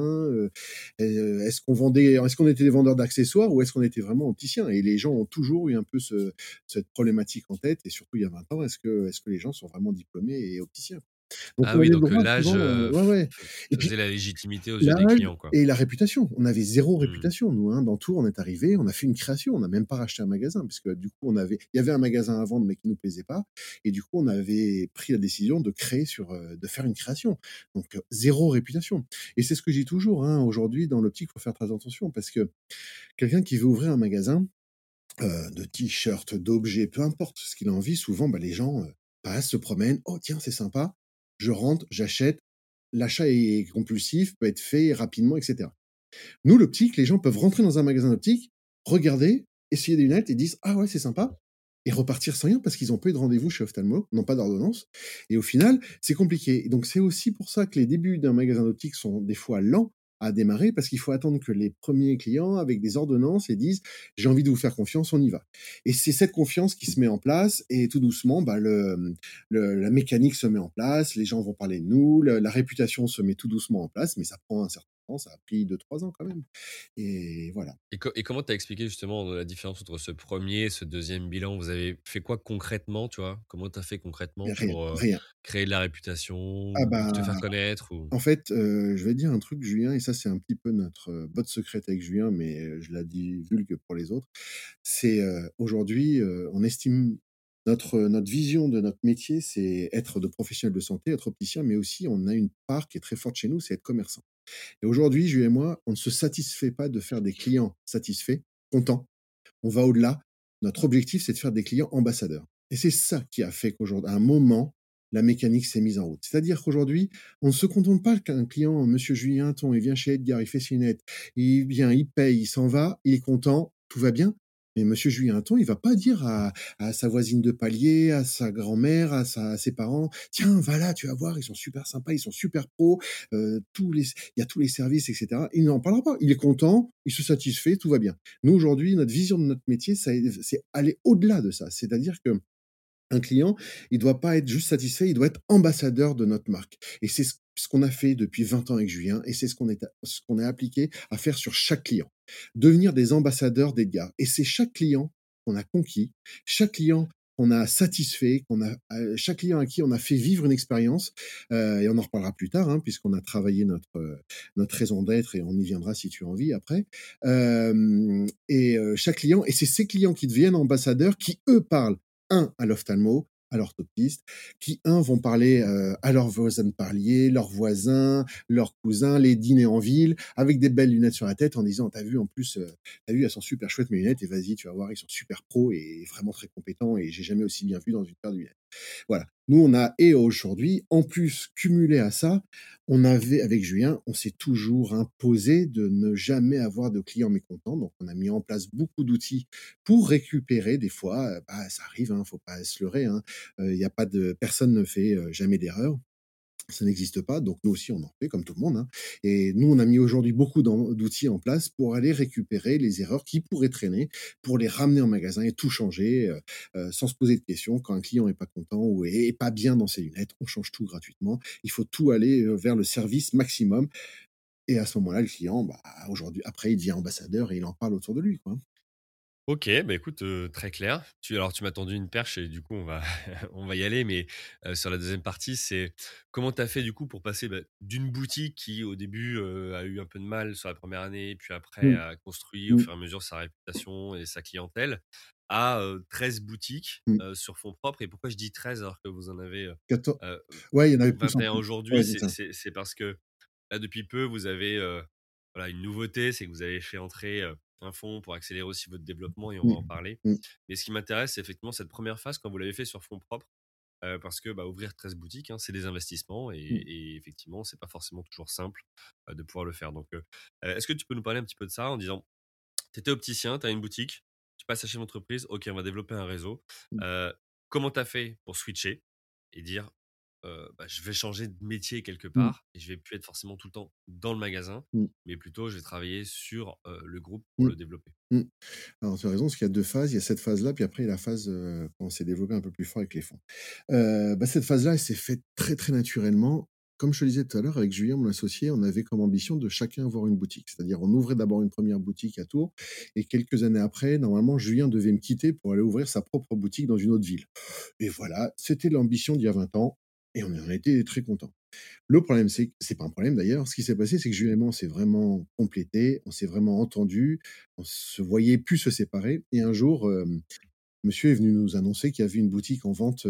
est-ce qu'on était des vendeurs d'accessoires ou est-ce qu'on était vraiment opticiens? Et les gens ont toujours eu un peu cette problématique en tête et surtout il y a 20 ans, est-ce que les gens sont vraiment diplômés et opticiens? Donc Ah on oui, avait le donc droit l'âge, souvent, ouais, ouais et puis faisait la légitimité aux yeux des l'âge clients, quoi. et la réputation. On avait 0 Mmh. réputation nous, hein. Dans Tours, on est arrivé, on a fait une création, on n'a même pas racheté un magasin parce que du coup, il y avait un magasin à vendre mais qui nous plaisait pas et du coup, on avait pris la décision de créer de faire une création. Donc 0 réputation et c'est ce que je dis toujours, hein, aujourd'hui dans l'optique, il faut faire très attention parce que quelqu'un qui veut ouvrir un magasin, de t-shirts, d'objets, peu importe ce qu'il a envie, souvent, bah, les gens, passent, se promènent: «Oh tiens, c'est sympa, je rentre, j'achète». L'achat est compulsif, peut être fait rapidement et cetera. Nous, l'optique, les gens peuvent rentrer dans un magasin d'optique, regarder, essayer des lunettes et disent: «Ah ouais, c'est sympa» et repartir sans rien parce qu'ils ont pas eu de rendez-vous chez ophtalmo, n'ont pas d'ordonnance et au final, c'est compliqué. Et donc c'est aussi pour ça que les débuts d'un magasin d'optique sont des fois lents à démarrer parce qu'il faut attendre que les premiers clients avec des ordonnances et disent: «J'ai envie de vous faire confiance, on y va» et c'est cette confiance qui se met en place et tout doucement, bah, la mécanique se met en place, les gens vont parler de nous, la réputation se met tout doucement en place, mais ça prend un certain temps, ça a pris 2 3 ans quand même et voilà. Et comment tu as expliqué justement la différence entre ce premier et ce deuxième bilan? Vous avez fait quoi concrètement, tu vois? Comment tu as fait concrètement Rien, pour, rien. créer de la réputation Ah ou te bah, faire connaître ou en fait, je vais te dire un truc, Julien, et ça, c'est un petit peu notre, botte secrète avec Julien, mais je la divulgue pour les autres. C'est, aujourd'hui, on estime notre vision de notre métier, c'est être de professionnels de santé, être opticien, mais aussi on a une part qui est très forte chez nous, c'est être commerçant. Et aujourd'hui, Julien et moi, on ne se satisfait pas de faire des clients satisfaits, contents. On va au-delà. Notre objectif, c'est de faire des clients ambassadeurs. Et c'est ça qui a fait qu'aujourd'hui, à un moment, la mécanique s'est mise en route. C'est-à-dire qu'aujourd'hui, on ne se contente pas qu'un client, monsieur Julien Ton, il vient chez Edgar, il fait ses lunettes, il vient, il paye, il s'en va, il est content, tout va bien. Mais monsieur Julien Ton, il va pas dire à sa voisine de palier, à sa grand-mère, à ses parents: «Tiens, va là, tu vas voir, ils sont super sympas, ils sont super pros, tous les il y a tous les services et cetera». Il n'en parlera pas. Il est content, il se satisfait, tout va bien. Nous, aujourd'hui, notre vision de notre métier, c'est aller au-delà de ça. C'est-à-dire que un client, il doit pas être juste satisfait, il doit être ambassadeur de notre marque. Et c'est ce qu'on a fait depuis 20 ans avec Julien et c'est ce qu'on a appliqué à faire sur chaque client. Devenir des ambassadeurs d'Edgar. Et c'est chaque client qu'on a conquis, chaque client qu'on a satisfait, chaque client à qui on a fait vivre une expérience, et on en reparlera plus tard, hein, puisqu'on a travaillé notre raison d'être et on y viendra si tu as envie après. Chaque client, et c'est ces clients qui deviennent ambassadeurs, qui eux parlent à l'ophtalmo, à l'orthoptiste, qui vont parler, à leurs voisins de palier, leurs voisins, leurs cousins, les dîners en ville, avec des belles lunettes sur la tête en disant: «Tu vu en plus, tu vu, elles sont super chouettes mes lunettes et vas-y, tu vas voir, ils sont super pros et vraiment très compétents et j'ai jamais aussi bien vu dans une paire de lunettes». Voilà. Nous, on a et aujourd'hui, en plus, cumulé à ça, on avait avec Julien, on s'est toujours imposé de ne jamais avoir de clients mécontents. Donc on a mis en place beaucoup d'outils pour récupérer des fois, bah, ça arrive, hein, faut pas se leurrer, hein. Il y a pas de personne ne fait, jamais d'erreur. Ça n'existe pas, donc nous aussi on en fait comme tout le monde, hein. Et nous, on a mis aujourd'hui beaucoup d'outils en place pour aller récupérer les erreurs qui pourraient traîner, pour les ramener en magasin et tout changer, sans se poser de questions. Quand un client est pas content ou est pas bien dans ses lunettes, on change tout gratuitement. Il faut tout aller, vers le service maximum et à ce moment-là, le client, bah, aujourd'hui après il devient ambassadeur et il en parle autour de lui, quoi. OK, bah, écoute, très clair. Tu m'as tendu une perche et du coup on va on va y aller, mais sur la deuxième partie, c'est comment tu as fait du coup pour passer, bah, d'une boutique qui au début, a eu un peu de mal sur la première année, puis après Mmh. a construit au Mmh. fur et à mesure sa réputation et sa clientèle à, 13 boutiques, Mmh. sur fonds propres. Et pourquoi je dis 13 alors que vous en avez, Quator heu, Ouais, il y en avait plus en 21 plus. aujourd'hui? Ouais, c'est C'est ça. c'est c'est parce que là, depuis peu, vous avez, voilà, une nouveauté, c'est que vous avez fait entrer, un fonds pour accélérer aussi votre développement et on va Mmh. en parler. Mmh. Mais ce qui m'intéresse, c'est effectivement cette première phase quand vous l'avez fait sur fonds propres, parce que, bah, ouvrir 13 boutiques, hein, c'est des investissements Mmh. et effectivement, c'est pas forcément toujours simple, de pouvoir le faire. Donc, est-ce que tu peux nous parler un petit peu de ça en disant, tu étais opticien, tu as une boutique, tu passes à chef d'entreprise, OK, on va développer un réseau. Mmh. Heu, Comment tu as fait pour switcher et dire, bah, je vais changer de métier quelque Mmh. part et je vais plus être forcément tout le temps dans le magasin, Mmh. mais plutôt je vais travailler sur, le groupe pour Mmh. le développer? Mmh. Alors tu as raison, parce qu'il y a 2 phases. Il y a cette phase-là, puis après il y a la phase, quand on s'est développé un peu plus fort avec les fonds. Bah, cette phase-là, elle s'est faite très, très naturellement. Comme je te le disais tout à l'heure, avec Julien, mon associé, on avait comme ambition de chacun avoir une boutique. C'est-à-dire, on ouvrait d'abord une première boutique à Tours et quelques années après, normalement, Julien devait me quitter pour aller ouvrir sa propre boutique dans une autre ville. Et voilà, c'était l'ambition d'il y a 20 ans et on en était très contents. Le problème, c'est pas un problème d'ailleurs. Ce qui s'est passé, c'est que Julien et moi, on s'est vraiment complétés, on s'est vraiment entendus, on se voyait plus se séparer. Et un jour, monsieur est venu nous annoncer qu'il y avait une boutique en vente,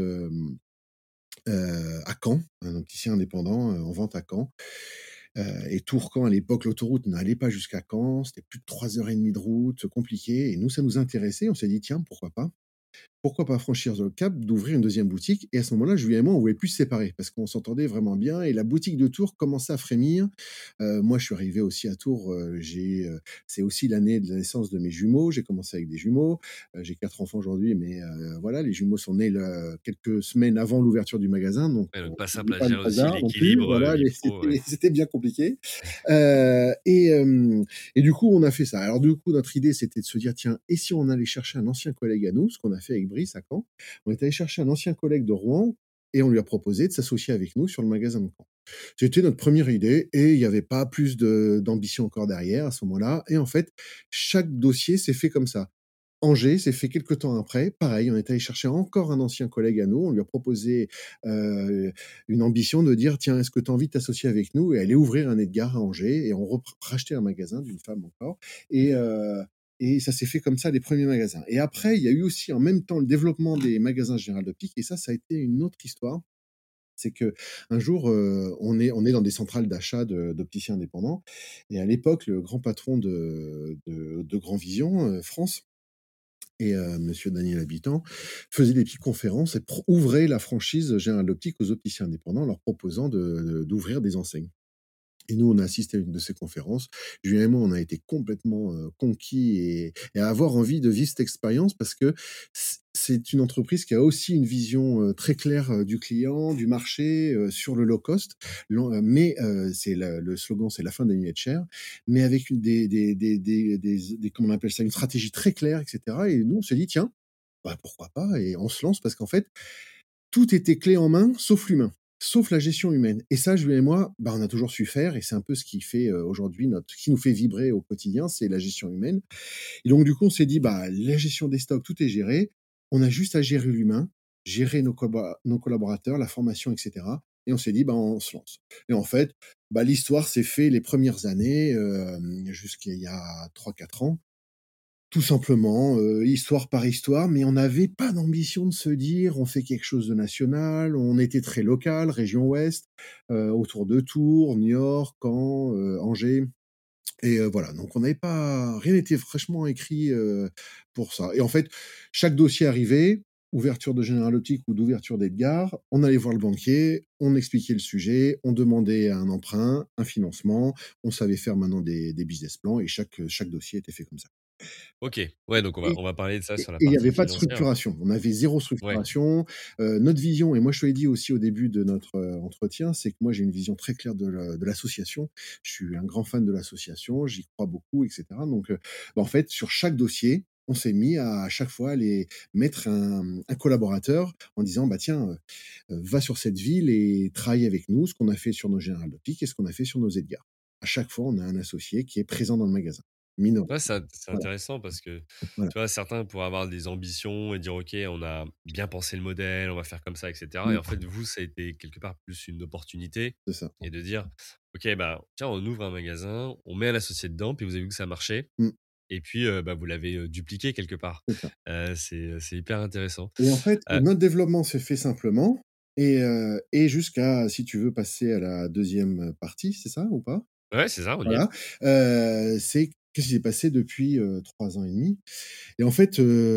à Caen, un opticien indépendant, en vente à Caen. Et Tours-Caen, à l'époque, l'autoroute n'allait pas jusqu'à Caen, c'était plus de 3 heures et demie de route, compliqué. Et nous, ça nous intéressait. On s'est dit: «Tiens, pourquoi pas?» Pourquoi pas franchir le cap d'ouvrir une deuxième boutique? Et à ce moment-là, Julien et moi, on voulait plus se séparer parce qu'on s'entendait vraiment bien et la boutique de Tours commençait à frémir. Moi, je suis arrivé aussi à Tours, c'est aussi l'année de la naissance de mes jumeaux. J'ai commencé avec des jumeaux. J'ai 4 enfants aujourd'hui, mais voilà, les jumeaux sont nés le quelques semaines avant l'ouverture du magasin, donc Ouais, donc pas c'était simple à pas le gérer aussi bazar non plus. l'équilibre, Voilà, vie mais pro, ouais. c'était bien compliqué. Heu et hem et du coup, on a fait ça. Alors du coup, notre idée, c'était de se dire: «Tiens, et si on allait chercher un ancien collègue à nous?» Ce qu'on a fait avec Brice à Caen. On est allé chercher un ancien collègue de Rouen et on lui a proposé de s'associer avec nous sur le magasin de Caen. C'était notre première idée et il y avait pas plus d'ambition encore derrière à ce moment-là. Et en fait, chaque dossier s'est fait comme ça. Angers s'est fait quelque temps après. Pareil, on est allé chercher encore un ancien collègue à nous. On lui a proposé, une ambition de dire: «Tiens, est-ce que tu as envie de t'associer avec nous et aller ouvrir un Edgar à Angers?» Et on rachetait un magasin d'une femme encore. Et ça s'est fait comme ça, les premiers magasins. Et après, il y a eu aussi en même temps le développement des magasins Général d'Optique et ça a été une autre histoire. C'est qu'un jour, on est dans des centrales d'achat d'opticiens indépendants. Et à l'époque, le grand patron de Grand Vision, France, et monsieur Daniel Habitant faisait des petites conférences et ouvrait la franchise Général Optique aux opticiens indépendants, en leur proposant d'ouvrir des enseignes. Et nous, on a assisté à une de ces conférences. Julien et moi, on a été complètement, conquis et à avoir envie de vivre cette expérience parce que c'est une entreprise qui a aussi une vision, très claire, du client, du marché, sur le low cost. Mais c'est le slogan, c'est «La fin des nuits chères», mais avec une des comment on appelle ça? Une stratégie très claire et cetera et nous, on s'est dit: «Tiens, bah, pourquoi pas?» et on se lance parce qu'en fait, tout était clé en main, sauf l'humain, sauf la gestion humaine. Et ça, Julien et moi, bah, on a toujours su faire et c'est un peu ce qui fait, aujourd'hui notre qui nous fait vibrer au quotidien, c'est la gestion humaine. Et donc du coup, on s'est dit: «Bah, la gestion des stocks, tout est géré. On a juste à gérer l'humain, gérer nos collaborateurs, la formation et cetera». Et on s'est dit: «Bah, on se lance». Et en fait, bah, l'histoire s'est fait les premières années, jusqu'il y a 3, 4 ans. Tout simplement, histoire par histoire, mais on n'avait pas d'ambition de se dire: «On fait quelque chose de national». On était très local, région ouest, autour de Tours, Niort, Caen, Angers et voilà, donc on n'avait pas rien n'était fraîchement écrit, pour ça et en fait, chaque dossier arrivait, ouverture de General Optic ou d'ouverture d'Edgar, on allait voir le banquier, on expliquait le sujet, on demandait un emprunt, un financement, on savait faire maintenant des business plans et chaque dossier était fait comme ça. OK. Ouais, donc Et on va parler de ça et sur la il y partie avait pas de financière. structuration. On avait zéro Ouais. structuration. Notre vision et moi je te l'ai dit aussi au début de notre, entretien, c'est que moi j'ai une vision très claire de l'association. Je suis un grand fan de l'association, j'y crois beaucoup et cetera donc bah, en fait sur chaque dossier, on s'est mis à chaque fois aller mettre un collaborateur en disant: «Bah tiens, va sur cette ville et travaille avec nous», ce qu'on a fait sur nos General Optik et ce qu'on a fait sur nos Edgar. À chaque fois, on a un associé qui est présent dans le magasin, minoritaire. Ouais, c'est Voilà, intéressant parce que, voilà. tu vois, certains pourraient avoir des ambitions et dire: «OK, on a bien pensé le modèle, on va faire comme ça et cetera» et Mmh, en fait, vous, ça a été quelque part plus une opportunité c'est ça. et de dire: «OK, bah, tiens, on ouvre un magasin, on met un associé dedans», puis vous avez vu que ça marchait Mmh. et puis, bah, vous l'avez, dupliqué quelque part. C'est ça. C'est hyper intéressant. Et en fait, Heu, notre développement s'est fait simplement et jusqu'à si tu veux passer à la deuxième partie, c'est ça ou pas? ouais, c'est ça, on y est. Voilà, c'est qu'est-ce qui s'est passé depuis, 3 ans et demi? Et en fait,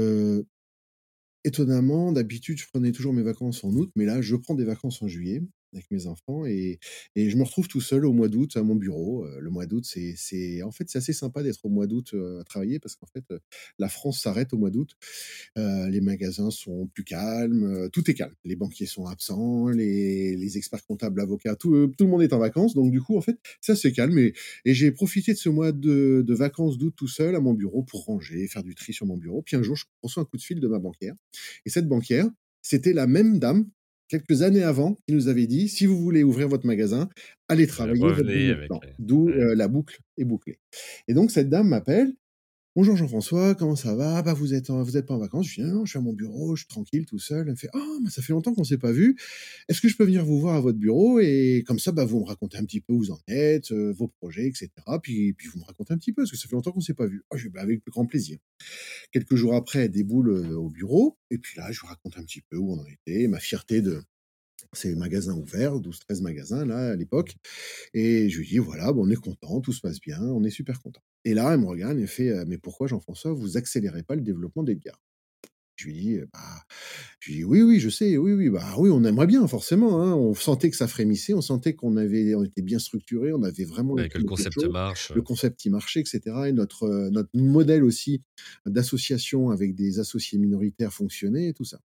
étonnamment, d'habitude, je prenais toujours mes vacances en août, mais là, je prends des vacances en juillet avec mes enfants et je me retrouve tout seul au mois d'août à mon bureau. Le mois d'août, c'est en fait, c'est assez sympa d'être au mois d'août, à travailler parce qu'en fait, la France s'arrête au mois d'août. Les magasins sont plus calmes, tout est calme. Les banquiers sont absents, les experts comptables, avocats, tout le monde est en vacances. Donc du coup, en fait, ça c'est calme et j'ai profité de ce mois de vacances d'août tout seul à mon bureau pour ranger, faire du tri sur mon bureau. Puis un jour, je reçois un coup de fil de ma banquière et cette banquière, c'était la même dame, quelques années avant, qui nous avait dit: «Si vous voulez ouvrir votre magasin, allez travailler votre Revenez business avec plan». D'où, ouais. la boucle est bouclée et donc cette dame m'appelle: «Bonjour Jean-François, comment ça va? Bah, vous êtes pas en vacances?» Je dis: «Non, non, je suis à mon bureau, je suis tranquille tout seul». Elle me fait: «Ah, bah, ça fait longtemps qu'on s'est pas vu. Est-ce que je peux venir vous voir à votre bureau et comme ça, bah, vous me racontez un petit peu où vous en êtes, vos projets et cetera, puis vous me racontez un petit peu parce que ça fait longtemps qu'on s'est pas vu». Ah, je dis: «Bah, avec grand plaisir». Quelques jours après, elle déboule, au bureau et puis là, je lui raconte un petit peu où on en était, ma fierté de ces magasins ouverts, 12, 13 magasins là, à l'époque et je lui dis: «Voilà, bah, on est content, tout se passe bien, on est super content». Et là, elle me regarde et me fait: «Mais pourquoi Jean-François, vous accélérez pas le développement d'Edgar?» Je lui dis: «Bah», je lui dis: «Oui, oui, je sais, oui, oui, bah, oui, on aimerait bien forcément, hein». On sentait que ça frémissait, on sentait on était bien structuré, on avait vraiment Ouais, que écrit le quelque concept chose. marche, Le concept, il marchait et cetera et notre modèle aussi d'association avec des associés minoritaires fonctionnait et tout ça.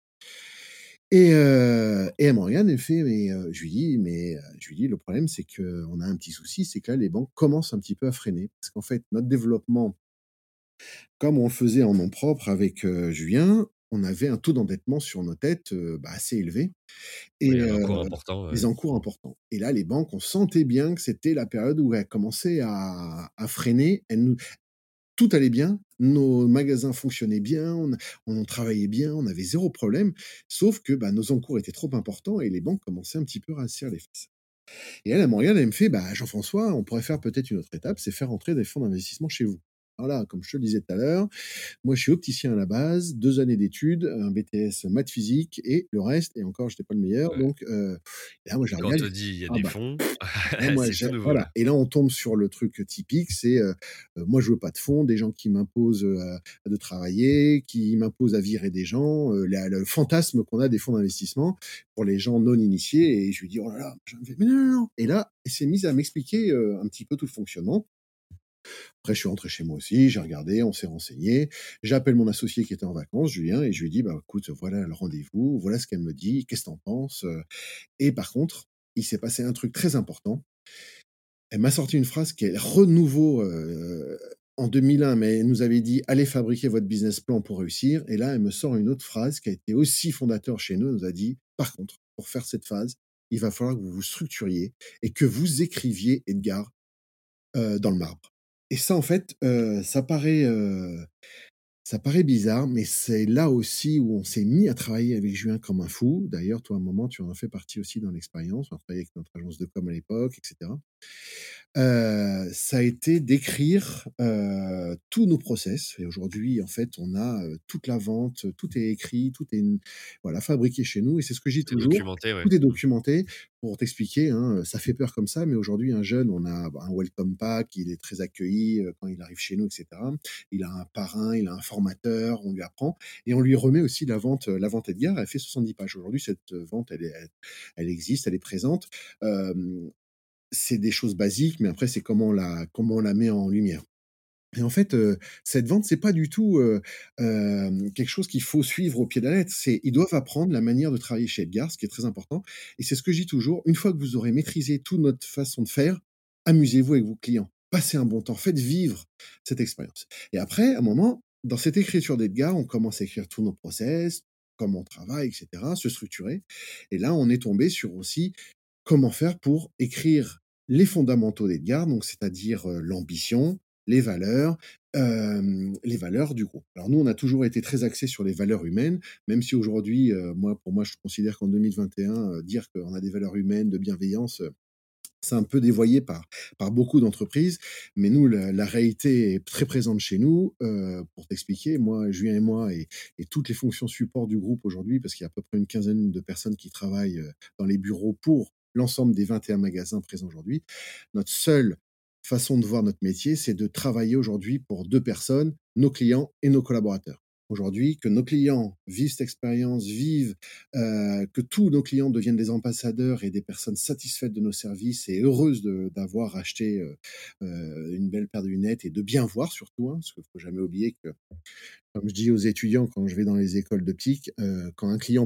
Et elle me regarde, elle me fait: «Mais», je lui dis: «Mais», je lui dis: «Le problème, c'est qu'on a un petit souci, c'est que là, les banques commencent un petit peu à freiner». Parce qu'en fait, notre développement, comme on le faisait en nom propre avec, Julien, on avait un taux d'endettement sur nos têtes, bah, assez élevé et oui, un encours important, des ouais. encours importants. Et là, les banques, on sentait bien que c'était la période où elles commençaient à freiner. Elles nous Tout allait bien, nos magasins fonctionnaient bien, on travaillait bien, on avait zéro problème. Sauf que, bah, nos encours étaient trop importants et les banques commençaient un petit peu à serrer les fesses. Et elle me regarde, elle me fait: «Bah, Jean-François, on pourrait faire peut-être une autre étape, c'est faire entrer des fonds d'investissement chez vous». Voilà, comme je te le disais tout à l'heure, moi, je suis opticien à la base, 2 années d'études, un BTS maths physique et le reste et encore, j'étais pas le meilleur Ouais. donc là, moi, Et quand on j'arrive te dit: «Il y a ah des bah fonds», et moi, c'est tout nouveau voilà là. et là, on tombe sur le truc typique, c'est, moi, je veux pas de fonds, des gens qui m'imposent, de travailler, qui m'imposent à virer des gens, la le fantasme qu'on a des fonds d'investissement pour les gens non initiés et je lui dis: «Oh là là», je me fais: «Mais non, non, non» et là, elle s'est mise à m'expliquer, un petit peu tout le fonctionnement. Après, je suis rentré chez moi aussi, j'ai regardé, on s'est renseigné. J'appelle mon associé qui était en vacances, Julien, et je lui dis: «Bah, écoute, voilà le rendez-vous, voilà ce qu'elle me dit, qu'est-ce que tu en penses?» Et par contre, il s'est passé un truc très important. Elle m'a sorti une phrase qui est renouveau, en 2001, mais elle nous avait dit: «Allez fabriquer votre business plan pour réussir» et là, elle me sort une autre phrase qui a été aussi fondateur chez nous. Elle nous a dit: «Par contre, pour faire cette phase, il va falloir que vous vous structuriez et que vous écriviez, Edgar, dans le marbre» et ça, en fait, ça paraît bizarre, mais c'est là aussi où on s'est mis à travailler avec Julien comme un fou. D'ailleurs, toi, à un moment, tu en as fait partie aussi dans l'expérience. On a travaillé avec notre agence de com à l'époque et cetera. Ça a été d'écrire, tous nos process et aujourd'hui, en fait, on a, toute la vente, tout est écrit, tout est voilà, fabriqué chez nous et c'est ce que je dis Tout est toujours, documenté, ouais. tout est Mmh. documenté. Pour t'expliquer, hein, ça fait peur comme ça, mais aujourd'hui, un jeune, on a, bah, un welcome pack, il est très accueilli, quand il arrive chez nous et cetera. Il a un parrain, il a un formateur, on lui apprend et on lui remet aussi la vente Edgar, elle fait 70 pages. Aujourd'hui, cette, vente, elle existe, elle est présente. Hem C'est des choses basiques, mais après c'est comment on la met en lumière. Et en fait, cette vente, c'est pas du tout, quelque chose qu'il faut suivre au pied de la lettre. C'est ils doivent apprendre la manière de travailler chez Edgar, ce qui est très important et c'est ce que je dis toujours, une fois que vous aurez maîtrisé toute notre façon de faire, amusez-vous avec vos clients. Passez un bon temps, faites vivre cette expérience et après, à un moment, dans cette écriture d'Edgar, on commence à écrire tous nos process, comment on travaille et cetera, se structurer et là, on est tombé sur aussi comment faire pour écrire les fondamentaux d'Edgar, donc c'est-à-dire, l'ambition, les valeurs du groupe. Alors nous, on a toujours été très axés sur les valeurs humaines, même si aujourd'hui, pour moi, je considère qu'en 2021, dire qu'on a des valeurs humaines, de bienveillance, c'est un peu dévoyé par beaucoup d'entreprises, mais nous, la réalité est très présente chez nous. Pour t'expliquer, moi, Julien et moi et toutes les fonctions support du groupe aujourd'hui, parce qu'il y a à peu près une quinzaine de personnes qui travaillent, dans les bureaux pour l'ensemble des 21 magasins présents aujourd'hui. Notre seule façon de voir notre métier, c'est de travailler aujourd'hui pour 2 personnes, nos clients et nos collaborateurs. Aujourd'hui, que nos clients vivent cette expérience, que tous nos clients deviennent des ambassadeurs et des personnes satisfaites de nos services et heureuses d'avoir acheté, une belle paire de lunettes et de bien voir surtout, hein, parce qu'il faut jamais oublier que comme je dis aux étudiants quand je vais dans les écoles d'optique, quand un client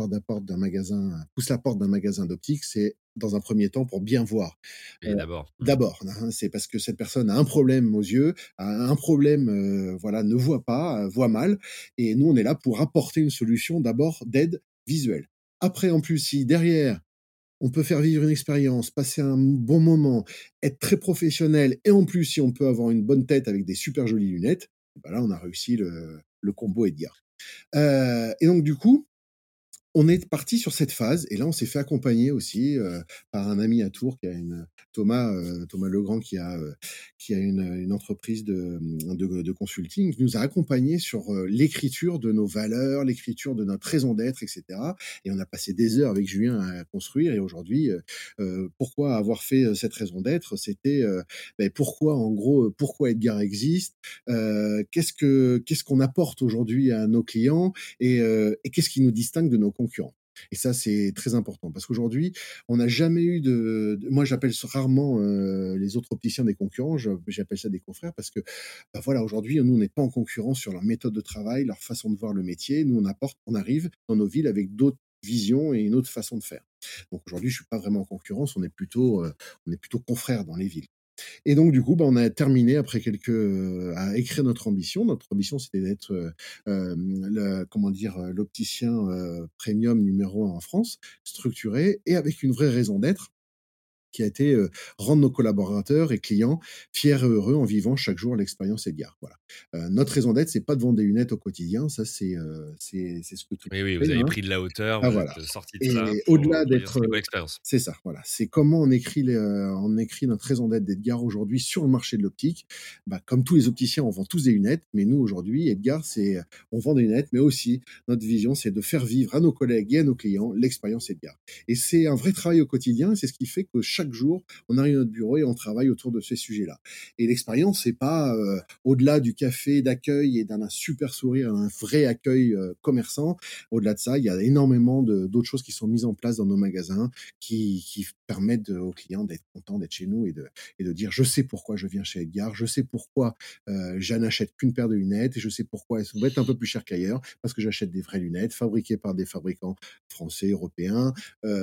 pousse la porte d'un magasin d'optique, c'est dans un premier temps pour bien voir. Et d'abord. Mmh. D'abord, hein, c'est parce que cette personne a un problème aux yeux, a un problème, voilà, ne voit pas, voit mal et nous, on est là pour apporter une solution d'abord d'aide visuelle. Après, en plus, si derrière, on peut faire vivre une expérience, passer un bon moment, être très professionnel et en plus, si on peut avoir une bonne tête avec des super jolies lunettes, bah, là, on a réussi le combo Edgar. Et donc du coup, on est parti sur cette phase et là, on s'est fait accompagner aussi, par un ami à Tours qui a Thomas Legrand qui a une entreprise de consulting, qui nous a accompagnés sur, l'écriture de nos valeurs, l'écriture de notre raison d'être et cetera et on a passé des heures avec Julien à construire et aujourd'hui, pourquoi avoir fait, cette raison d'être? C'était, pourquoi en gros, pourquoi Edgar existe? Qu'est-ce qu'on apporte aujourd'hui à nos clients? Et qu'est-ce qui nous distingue de nos concurrents? Et ça, c'est très important parce qu'aujourd'hui, on n'a jamais eu moi, j'appelle rarement, les autres opticiens des concurrents, j'appelle ça des confrères parce que, bah, voilà, aujourd'hui, nous, on n'est pas en concurrence sur leur méthode de travail, leur façon de voir le métier. Nous, on arrive dans nos villes avec d'autres visions et une autre façon de faire. Donc aujourd'hui, je suis pas vraiment en concurrence, on est plutôt confrères dans les villes. Et donc du coup, bah, on a terminé après à écrire notre ambition. Notre ambition, c'était d'être, le comment dire? L'opticien, premium numéro 1 en France, structuré et avec une vraie raison d'être qui a été, rendre nos collaborateurs et clients fiers et heureux en vivant chaque jour l'expérience Edgar. Voilà. Notre raison d'être, c'est pas de vendre des lunettes au quotidien, ça c'est ce que tout Oui, oui, le vous monde fait, avez hein. pris de la hauteur, Ah vous voilà êtes sortis de ça et pour, au-delà dire: d'être, «C'était quoi l'expérience?» c'est ça, voilà, c'est comment on écrit notre raison d'être d'Edgar aujourd'hui sur le marché de l'optique. Bah, comme tous les opticiens, on vend tous des lunettes, mais nous aujourd'hui, Edgar, on vend des lunettes, mais aussi notre vision, c'est de faire vivre à nos collègues et à nos clients l'expérience Edgar. Et c'est un vrai travail au quotidien, c'est ce qui fait que chaque jour, on arrive à notre bureau et on travaille autour de ces sujets-là. Et l'expérience, c'est pas au-delà du café d'accueil et d'un super sourire, un vrai accueil commerçant. Au-delà de ça, il y a énormément d'autres choses qui sont mises en place dans nos magasins qui permettent aux clients d'être contents d'être chez nous et de dire je sais pourquoi je viens chez Edgar, je sais pourquoi je n'achète qu'une paire de lunettes et je sais pourquoi elles vont être un peu plus chères qu'ailleurs parce que j'achète des vraies lunettes fabriquées par des fabricants français, européens.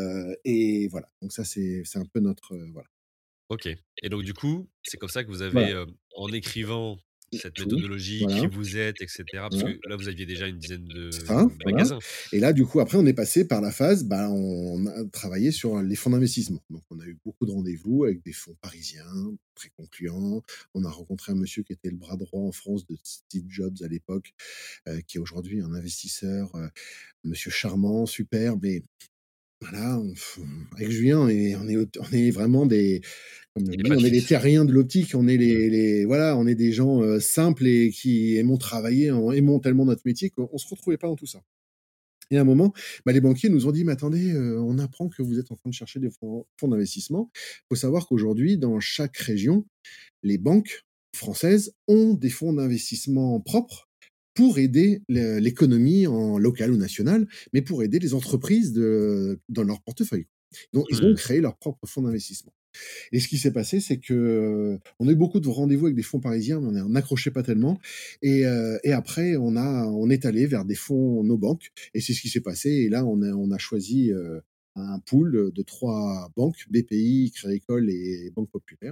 Et voilà. Donc ça, c'est un peu notre voilà. OK, et donc du coup, c'est comme ça que vous Voilà, avez, en écrivant cette tout. méthodologie, qui Voilà, vous êtes et cetera, parce voilà. que là, vous aviez déjà une dizaine C'est de ça, voilà. magasins. Et là, du coup, après, on est passé par la phase, bah, on a travaillé sur les fonds d'investissement. Donc, on a eu beaucoup de rendez-vous avec des fonds parisiens, très concluants. On a rencontré un monsieur qui était le bras droit en France de Steve Jobs à l'époque, qui est aujourd'hui un investisseur, monsieur charmant, superbe et voilà, avec Julien, on est vraiment des comme je Il y a dis, pas de on est les filtre. terriens de l'optique, on est Mmh. les voilà, on est des gens, simples et qui aimons travailler, aimons tellement notre métier qu'on se retrouvait pas dans tout ça. Et à un moment, bah, les banquiers nous ont dit: «Mais attendez, on apprend que vous êtes en train de chercher des fonds d'investissement». Il faut savoir qu'aujourd'hui, dans chaque région, les banques françaises ont des fonds d'investissement propres pour aider l'économie en locale ou nationale, mais pour aider les entreprises dans leur portefeuille. Donc ils ont Mmh. créé leur propre fonds d'investissement. Et ce qui s'est passé, c'est que, on a eu beaucoup de rendez-vous avec des fonds parisiens, mais on n'accrochait pas tellement et après on est allé vers des fonds no banques et c'est ce qui s'est passé et là on a choisi, un pool de 3 banques, BPI, Crédit Agricole et Banque Populaire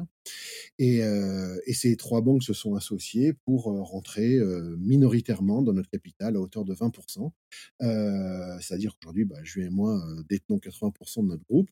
et ces 3 banques se sont associées pour, rentrer, minoritairement dans notre capital à hauteur de 20. C'est-à-dire qu'aujourd'hui, bah, Julien et moi, détenons 80 de notre groupe,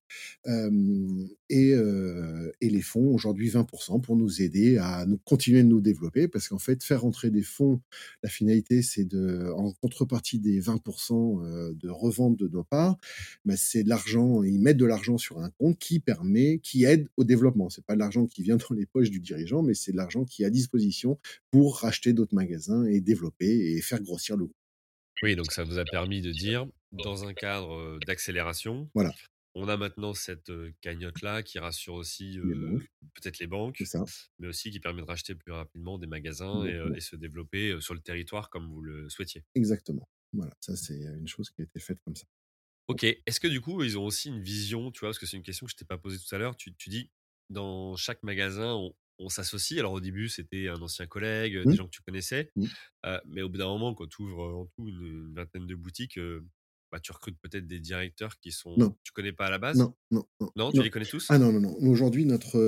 et les fonds aujourd'hui 20 pour nous aider à nous continuer de nous développer. Parce qu'en fait, faire rentrer des fonds, la finalité, c'est en contrepartie des 20 de revente de nos parts, bah, c'est de l'argent, ils mettent de l'argent sur un compte qui aide au développement. C'est pas de l'argent qui vient dans les poches du dirigeant, mais c'est de l'argent qui est à disposition pour racheter d'autres magasins et développer et faire grossir le groupe. Oui, donc ça vous a permis de dire, dans un cadre, d'accélération, Voilà, on a maintenant cette, cagnotte-là qui rassure aussi, les banques, peut-être les c'est banques, ça, mais aussi qui permet de racheter plus rapidement des magasins exactement. et se développer, sur le territoire comme vous le souhaitiez. Exactement. Voilà, ça c'est une chose qui a été faite comme ça. OK. Est-ce que du coup, ils ont aussi une vision, tu vois? Parce que c'est une question que je t'ai pas posée tout à l'heure. Tu dis, dans chaque magasin, on s'associe. Alors au début, c'était un ancien collègue, des Mmh, gens que tu connaissais, mmh. mais au bout d'un moment, quand tu ouvres, en tout une vingtaine de boutiques, bah, tu recrutes peut-être des directeurs qui sont Non, tu connais pas à la base? non, non, non, Non, tu non. les connais tous? Ah non, non, non. Nous aujourd'hui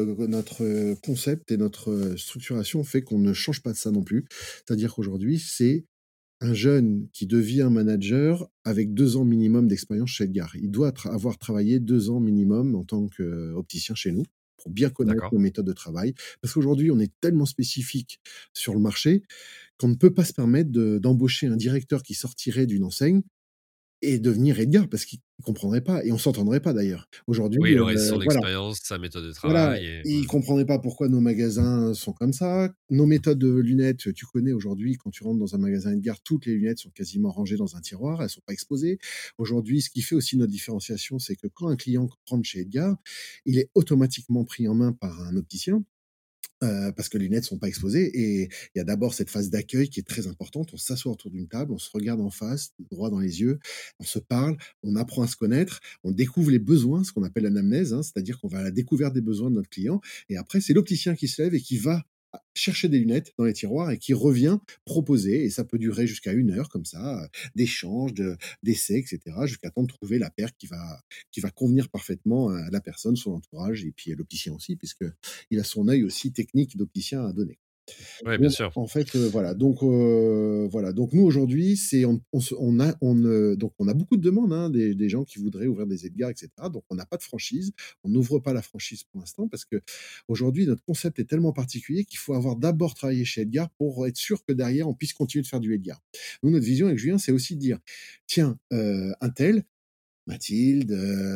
notre concept et notre, structuration fait qu'on ne change pas de ça non plus. C'est-à-dire qu'aujourd'hui, c'est un jeune qui devient manager avec 2 ans minimum d'expérience chez Edgar. Il doit avoir travaillé 2 ans minimum en tant qu'opticien chez nous, pour bien connaître D'accord. nos méthodes de travail. Parce qu'aujourd'hui, on est tellement spécifique sur le marché qu'on ne peut pas se permettre d'embaucher un directeur qui sortirait d'une enseigne et devenir Edgar parce qu'il comprendrait pas et on s'entendrait pas d'ailleurs. Aujourd'hui, Oui, il aurait son voilà. expérience, sa méthode de Voilà, travail et ils comprenaient pas pourquoi nos magasins sont comme ça. Nos méthodes de lunettes, tu connais aujourd'hui, quand tu rentres dans un magasin Edgar, toutes les lunettes sont quasiment rangées dans un tiroir, elles sont pas exposées. Aujourd'hui, ce qui fait aussi notre différenciation, c'est que quand un client rentre chez Edgar, il est automatiquement pris en main par un opticien. Parce que les lunettes sont pas exposées et il y a d'abord cette phase d'accueil qui est très importante. On s'assoit autour d'une table, on se regarde en face, droit dans les yeux, on se parle, on apprend à se connaître, on découvre les besoins, ce qu'on appelle l'anamnèse, hein, c'est-à-dire qu'on va à la découverte des besoins de notre client et après c'est l'opticien qui se lève et qui va chercher des lunettes dans les tiroirs et qui revient proposer et ça peut durer jusqu'à 1 heure comme ça, d'échanges, d'essais et cetera, jusqu'à temps de trouver la paire qui va convenir parfaitement à la personne, son entourage et puis à l'opticien aussi puisque il a son œil aussi technique d'opticien à donner. Ouais, bien Donc sûr. en fait, voilà, donc nous aujourd'hui, c'est on se on a beaucoup de demandes, hein, des gens qui voudraient ouvrir des Edgars et cetera, donc on n'a pas de franchise. On n'ouvre pas la franchise pour l'instant parce qu'aujourd'hui notre concept est tellement particulier qu'il faut avoir d'abord travaillé chez Edgar pour être sûr que derrière on puisse continuer de faire du Edgar. Nous, notre vision avec Julien, c'est aussi de dire: «Tiens, untel, Mathilde,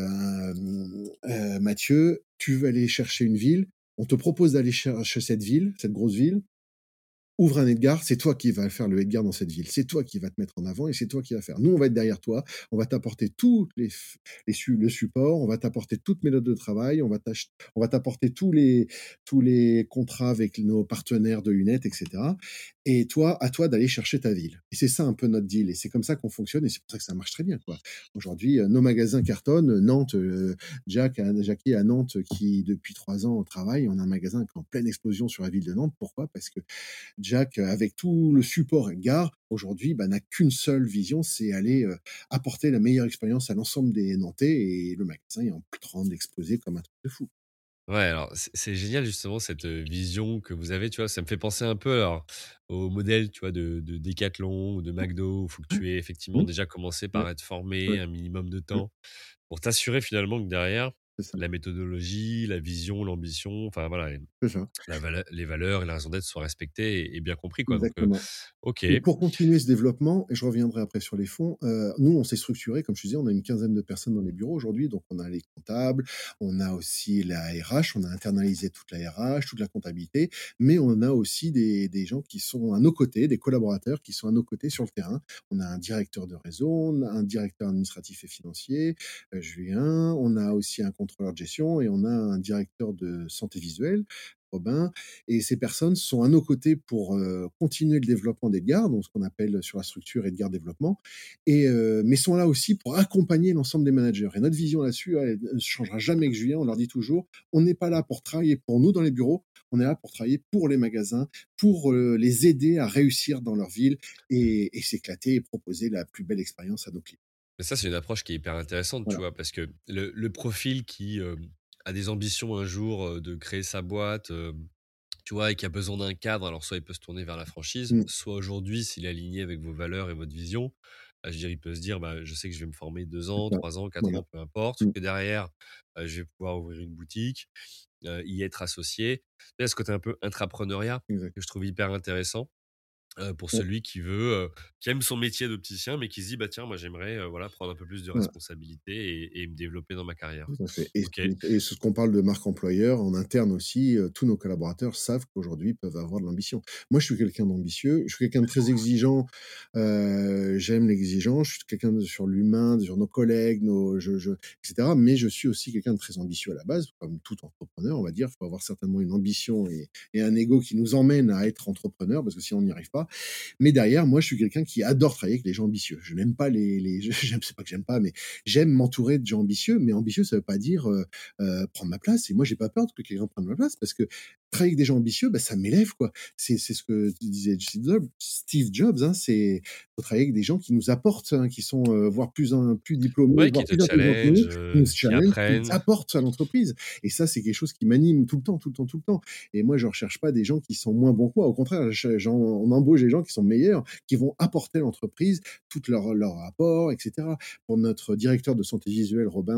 Mathieu, tu veux aller chercher une ville, on te propose d'aller chercher cette ville, cette grosse ville, ouvre un Edgar, c'est toi qui vas faire le Edgar dans cette ville. C'est toi qui vas te mettre en avant et c'est toi qui vas faire. Nous, on va être derrière toi. On va t'apporter tous le support. On va t'apporter toutes méthodes de travail. On va t'apporter tous les contrats avec nos partenaires de lunettes, etc. Et toi, à toi d'aller chercher ta ville. Et c'est ça un peu notre deal. Et c'est comme ça qu'on fonctionne et c'est pour ça que ça marche très bien, quoi. Aujourd'hui, nos magasins cartonnent. Nantes, Jackie à Nantes, qui depuis 3 ans travaille. On a un magasin qui est en pleine explosion sur la ville de Nantes. Pourquoi? Parce que Jack, avec tout le support Edgar, aujourd'hui, bah, n'a qu'une seule vision, c'est aller apporter la meilleure expérience à l'ensemble des Nantais et le magasin est en train d'exploser comme un truc de fou. Ouais, alors c'est génial justement cette, vision que vous avez, tu vois? Ça me fait penser un peu alors au modèle, tu vois, de Decathlon ou de McDo, où il faut que Ouais. tu aies effectivement Mmh. déjà commencé Ouais. par être formé Ouais. un minimum de Mmh. temps pour t'assurer finalement que derrière, C'est ça. la méthodologie, la vision, l'ambition, enfin voilà, C'est ça. les valeurs et la raison d'être soient respectées et bien compris quoi donc Exactement. OK. Et pour continuer ce développement, et je reviendrai après sur les fonds, nous, on s'est structuré, comme je te disais, on a une quinzaine de personnes dans les bureaux aujourd'hui, donc on a les comptables, on a aussi la RH, on a internalisé toute la RH, toute la comptabilité, mais on a aussi des gens qui sont à nos côtés, des collaborateurs qui sont à nos côtés sur le terrain. On a un directeur de réseau, on a un directeur administratif et financier, Julien, on a aussi un contrôleur de gestion et on a un directeur de santé visuelle, Robin, et ces personnes sont à nos côtés pour continuer le développement d'Edgar, donc ce qu'on appelle sur la structure Edgar Développement, mais sont là aussi pour accompagner l'ensemble des managers. Et notre vision là-dessus, elle ne changera jamais avec Julien. On leur dit toujours, on n'est pas là pour travailler pour nous dans les bureaux, on est là pour travailler pour les magasins, pour les aider à réussir dans leur ville et s'éclater et proposer la plus belle expérience à nos clients. Mais ça, c'est une approche qui est hyper intéressante, tu Voilà. vois? Parce que le profil qui, a des ambitions un jour, de créer sa boîte, tu vois? Et qui a besoin d'un cadre, alors soit il peut se tourner vers la franchise, Mm. soit aujourd'hui, s'il est aligné avec vos valeurs et votre vision, je veux dire, il peut se dire: «Bah, je sais que je vais me former 2 C'est ans, ça. 3 ans, 4 Voilà. ans, peu importe, Mm. que derrière, je vais pouvoir ouvrir une boutique, y être associé». Tu sais, ce côté un peu intrapreneuriat Exact. que je trouve hyper intéressant. Pour Ouais. celui qui veut, qui aime son métier d'opticien, mais qui se dit: «Bah, tiens, moi, j'aimerais, voilà, prendre un peu plus de Ouais. responsabilité et me développer dans ma carrière». Tout à fait et OK. et ce qu'on parle de marque employeur, en interne aussi, tous nos collaborateurs savent qu'aujourd'hui, ils peuvent avoir de l'ambition. Moi, je suis quelqu'un d'ambitieux, je suis quelqu'un de très exigeant, j'aime l'exigence, je suis quelqu'un de sur l'humain, sur nos collègues, nos je et cetera, mais je suis aussi quelqu'un de très ambitieux à la base, comme tout entrepreneur, on va dire. Il faut avoir certainement une ambition et un ego qui nous emmène à être entrepreneur, parce que sinon on n'y arrive pas. Mais derrière, moi, je suis quelqu'un qui adore travailler avec les gens ambitieux. Je n'aime pas j'aime, c'est pas que j'aime pas, mais j'aime m'entourer de gens ambitieux. Mais ambitieux, ça veut pas dire prendre ma place. Et moi, j'ai pas peur que quelqu'un prenne ma place parce que travailler avec des gens ambitieux, bah, ça m'élève, quoi. C'est ce que disait Steve Jobs. Hein, c'est faut travailler avec des gens qui nous apportent, hein, qui sont voire plus diplômés, Ouais, qui voire te plus intelligents que challenge, nous, qui nous qui challenge, qui nous apprennent. apportent à l'entreprise. Et ça, c'est quelque chose qui m'anime tout le temps, tout le temps, tout le temps. Et moi, je recherche pas des gens qui sont moins bons que moi. Au contraire, on embauche des gens qui sont meilleurs, qui vont apporter à l'entreprise tout leur rapport, etc. Pour notre directeur de santé visuelle, Robin,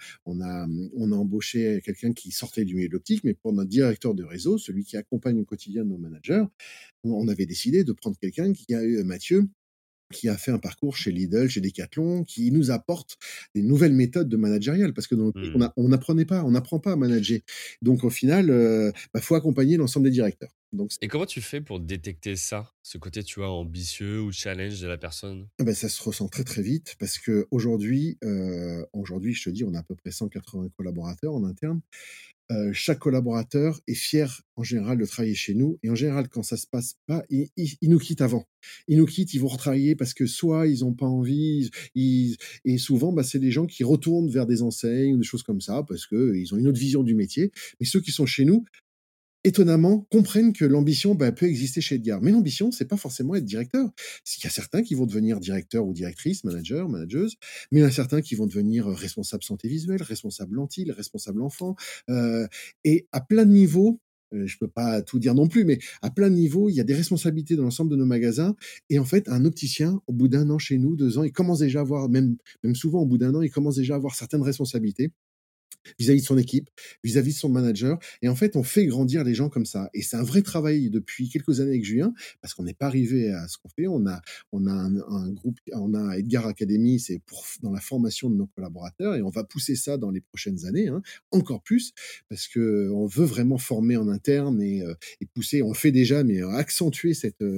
on a embauché quelqu'un qui sortait du milieu de l'optique, mais pour notre directeur de réseau, celui qui accompagne au quotidien nos managers, on avait décidé de prendre quelqu'un qui a eu Mathieu, qui a fait un parcours chez Lidl, chez Decathlon, qui nous apporte des nouvelles méthodes de managériales parce que dans l'optique, Mmh. on n'apprenait pas, on n'apprend pas à manager. Donc au final, bah, faut accompagner l'ensemble des directeurs. Donc Et comment tu fais pour détecter ça? Ce côté, tu vois, ambitieux ou challenge de la personne? bah, ça se ressent très, très vite parce qu'aujourd'hui, je te dis, on a à peu près 180 collaborateurs en interne. Chaque collaborateur est fier, en général, de travailler chez nous et en général, quand ça se passe pas, ils nous quittent avant. Ils nous quittent, ils vont retravailler parce que soit ils ont pas envie, et souvent, bah, c'est des gens qui retournent vers des enseignes ou des choses comme ça parce qu'ils ont une autre vision du métier. Mais ceux qui sont chez nous, étonnamment, comprennent que l'ambition, bah, peut exister chez Edgar. Mais l'ambition, c'est pas forcément être directeur. Il y a certains qui vont devenir directeurs ou directrices, managers, manageuses, mais il y en a certains qui vont devenir responsables santé visuelle, responsables lentilles, responsables enfants, et à plein de niveaux. je peux pas tout dire non plus, mais à plein de niveaux, il y a des responsabilités dans l'ensemble de nos magasins et en fait, un opticien, au bout d'1 an chez nous, 2 ans, il commence déjà à avoir même souvent au bout d'1 an, il commence déjà à avoir certaines responsabilités vis-à-vis de son équipe, vis-à-vis de son manager et en fait, on fait grandir les gens comme ça et c'est un vrai travail depuis quelques années avec Julien parce qu'on n'est pas arrivé à ce qu'on fait. On a un groupe, on a Edgar Academy, c'est pour dans la formation de nos collaborateurs et on va pousser ça dans les prochaines années, hein, encore plus parce qu'on veut vraiment former en interne et pousser, on le fait déjà, mais accentuer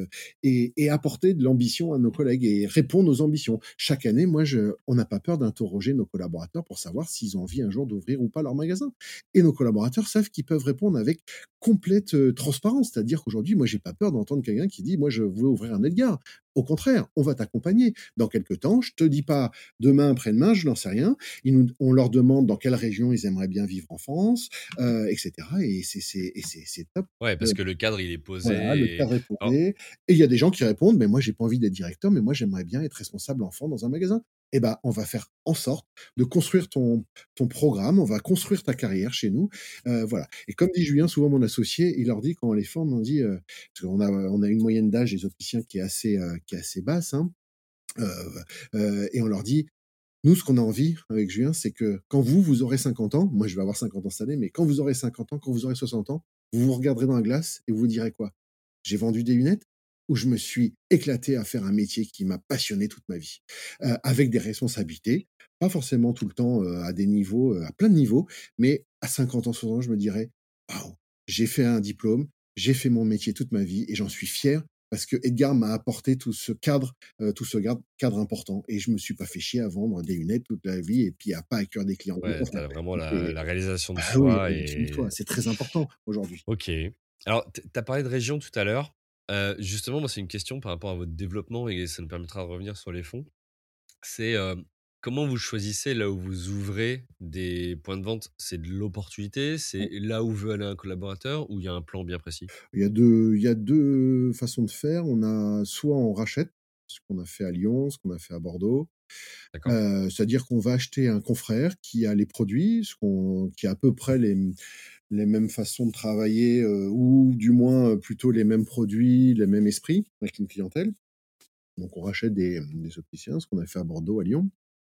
et apporter de l'ambition à nos collègues et répondre aux ambitions. Chaque année, on n'a pas peur d'interroger nos collaborateurs pour savoir s'ils ont envie un jour d'ouvrir ou pas leur magasin. Et nos collaborateurs savent qu'ils peuvent répondre avec complète transparence. C'est-à-dire qu'aujourd'hui, moi, j'ai pas peur d'entendre quelqu'un qui dit, moi, je veux ouvrir un Edgar. Au contraire, on va t'accompagner. Dans quelques temps, je te dis pas demain, après-demain, je n'en sais rien. On leur demande dans quelle région ils aimeraient bien vivre en France, etc. Et c'est top. Ouais, Euh, parce que le cadre, il est voilà, le posé et cadre est alors posé et il y a des gens qui répondent: «Mais moi, j'ai pas envie d'être directeur, mais moi, j'aimerais bien être responsable enfant dans un magasin». Eh ben, on va faire en sorte de construire ton programme, on va construire ta carrière chez nous, voilà et comme dit Julien, souvent mon associé, il leur dit quand on les forme, on dit, parce qu'on a une moyenne d'âge des opticiens qui est assez basse, hein, heu et on leur dit: «Nous, ce qu'on a envie avec Julien, c'est que quand vous aurez 50 ans», moi, je vais avoir 50 ans cette année, mais quand vous aurez 50 ans, quand vous aurez 60 ans, vous vous regarderez dans la glace et vous vous direz quoi? J'ai vendu des lunettes ou je me suis éclaté à faire un métier qui m'a passionné toute ma vie. Avec des responsabilités, pas forcément tout le temps, à des niveaux, à plein de niveaux, mais à 50 ans, 60 ans, je me dirais: «Waouh, j'ai fait un diplôme, j'ai fait mon métier toute ma vie et j'en suis fier parce que Edgar m'a apporté tout ce cadre important et je me suis pas fait chier à vendre des lunettes toute la vie et puis à pas accueillir des clients». ouais, tu Enfin, as vraiment c'est la réalisation de ah oui, la soi réduction de et soi, c'est très important aujourd'hui. OK. Alors, tu as parlé de région tout à l'heure. Justement, moi, c'est une question par rapport à votre développement et ça nous permettra de revenir sur les fonds. C'est, comment vous choisissez là où vous ouvrez des points de vente? C'est de l'opportunité? C'est là où veut aller un collaborateur ou il y a un plan bien précis? Il y a 2 façons de faire. On a soit on rachète, ce qu'on a fait à Lyon, ce qu'on a fait à Bordeaux, D'accord? c'est-à-dire qu'on va acheter un confrère qui a les produits, qui a à peu près les mêmes façons de travailler, ou du moins, plutôt les mêmes produits, les mêmes esprits avec une clientèle. Donc on rachète des opticiens, ce qu'on a fait à Bordeaux, à Lyon.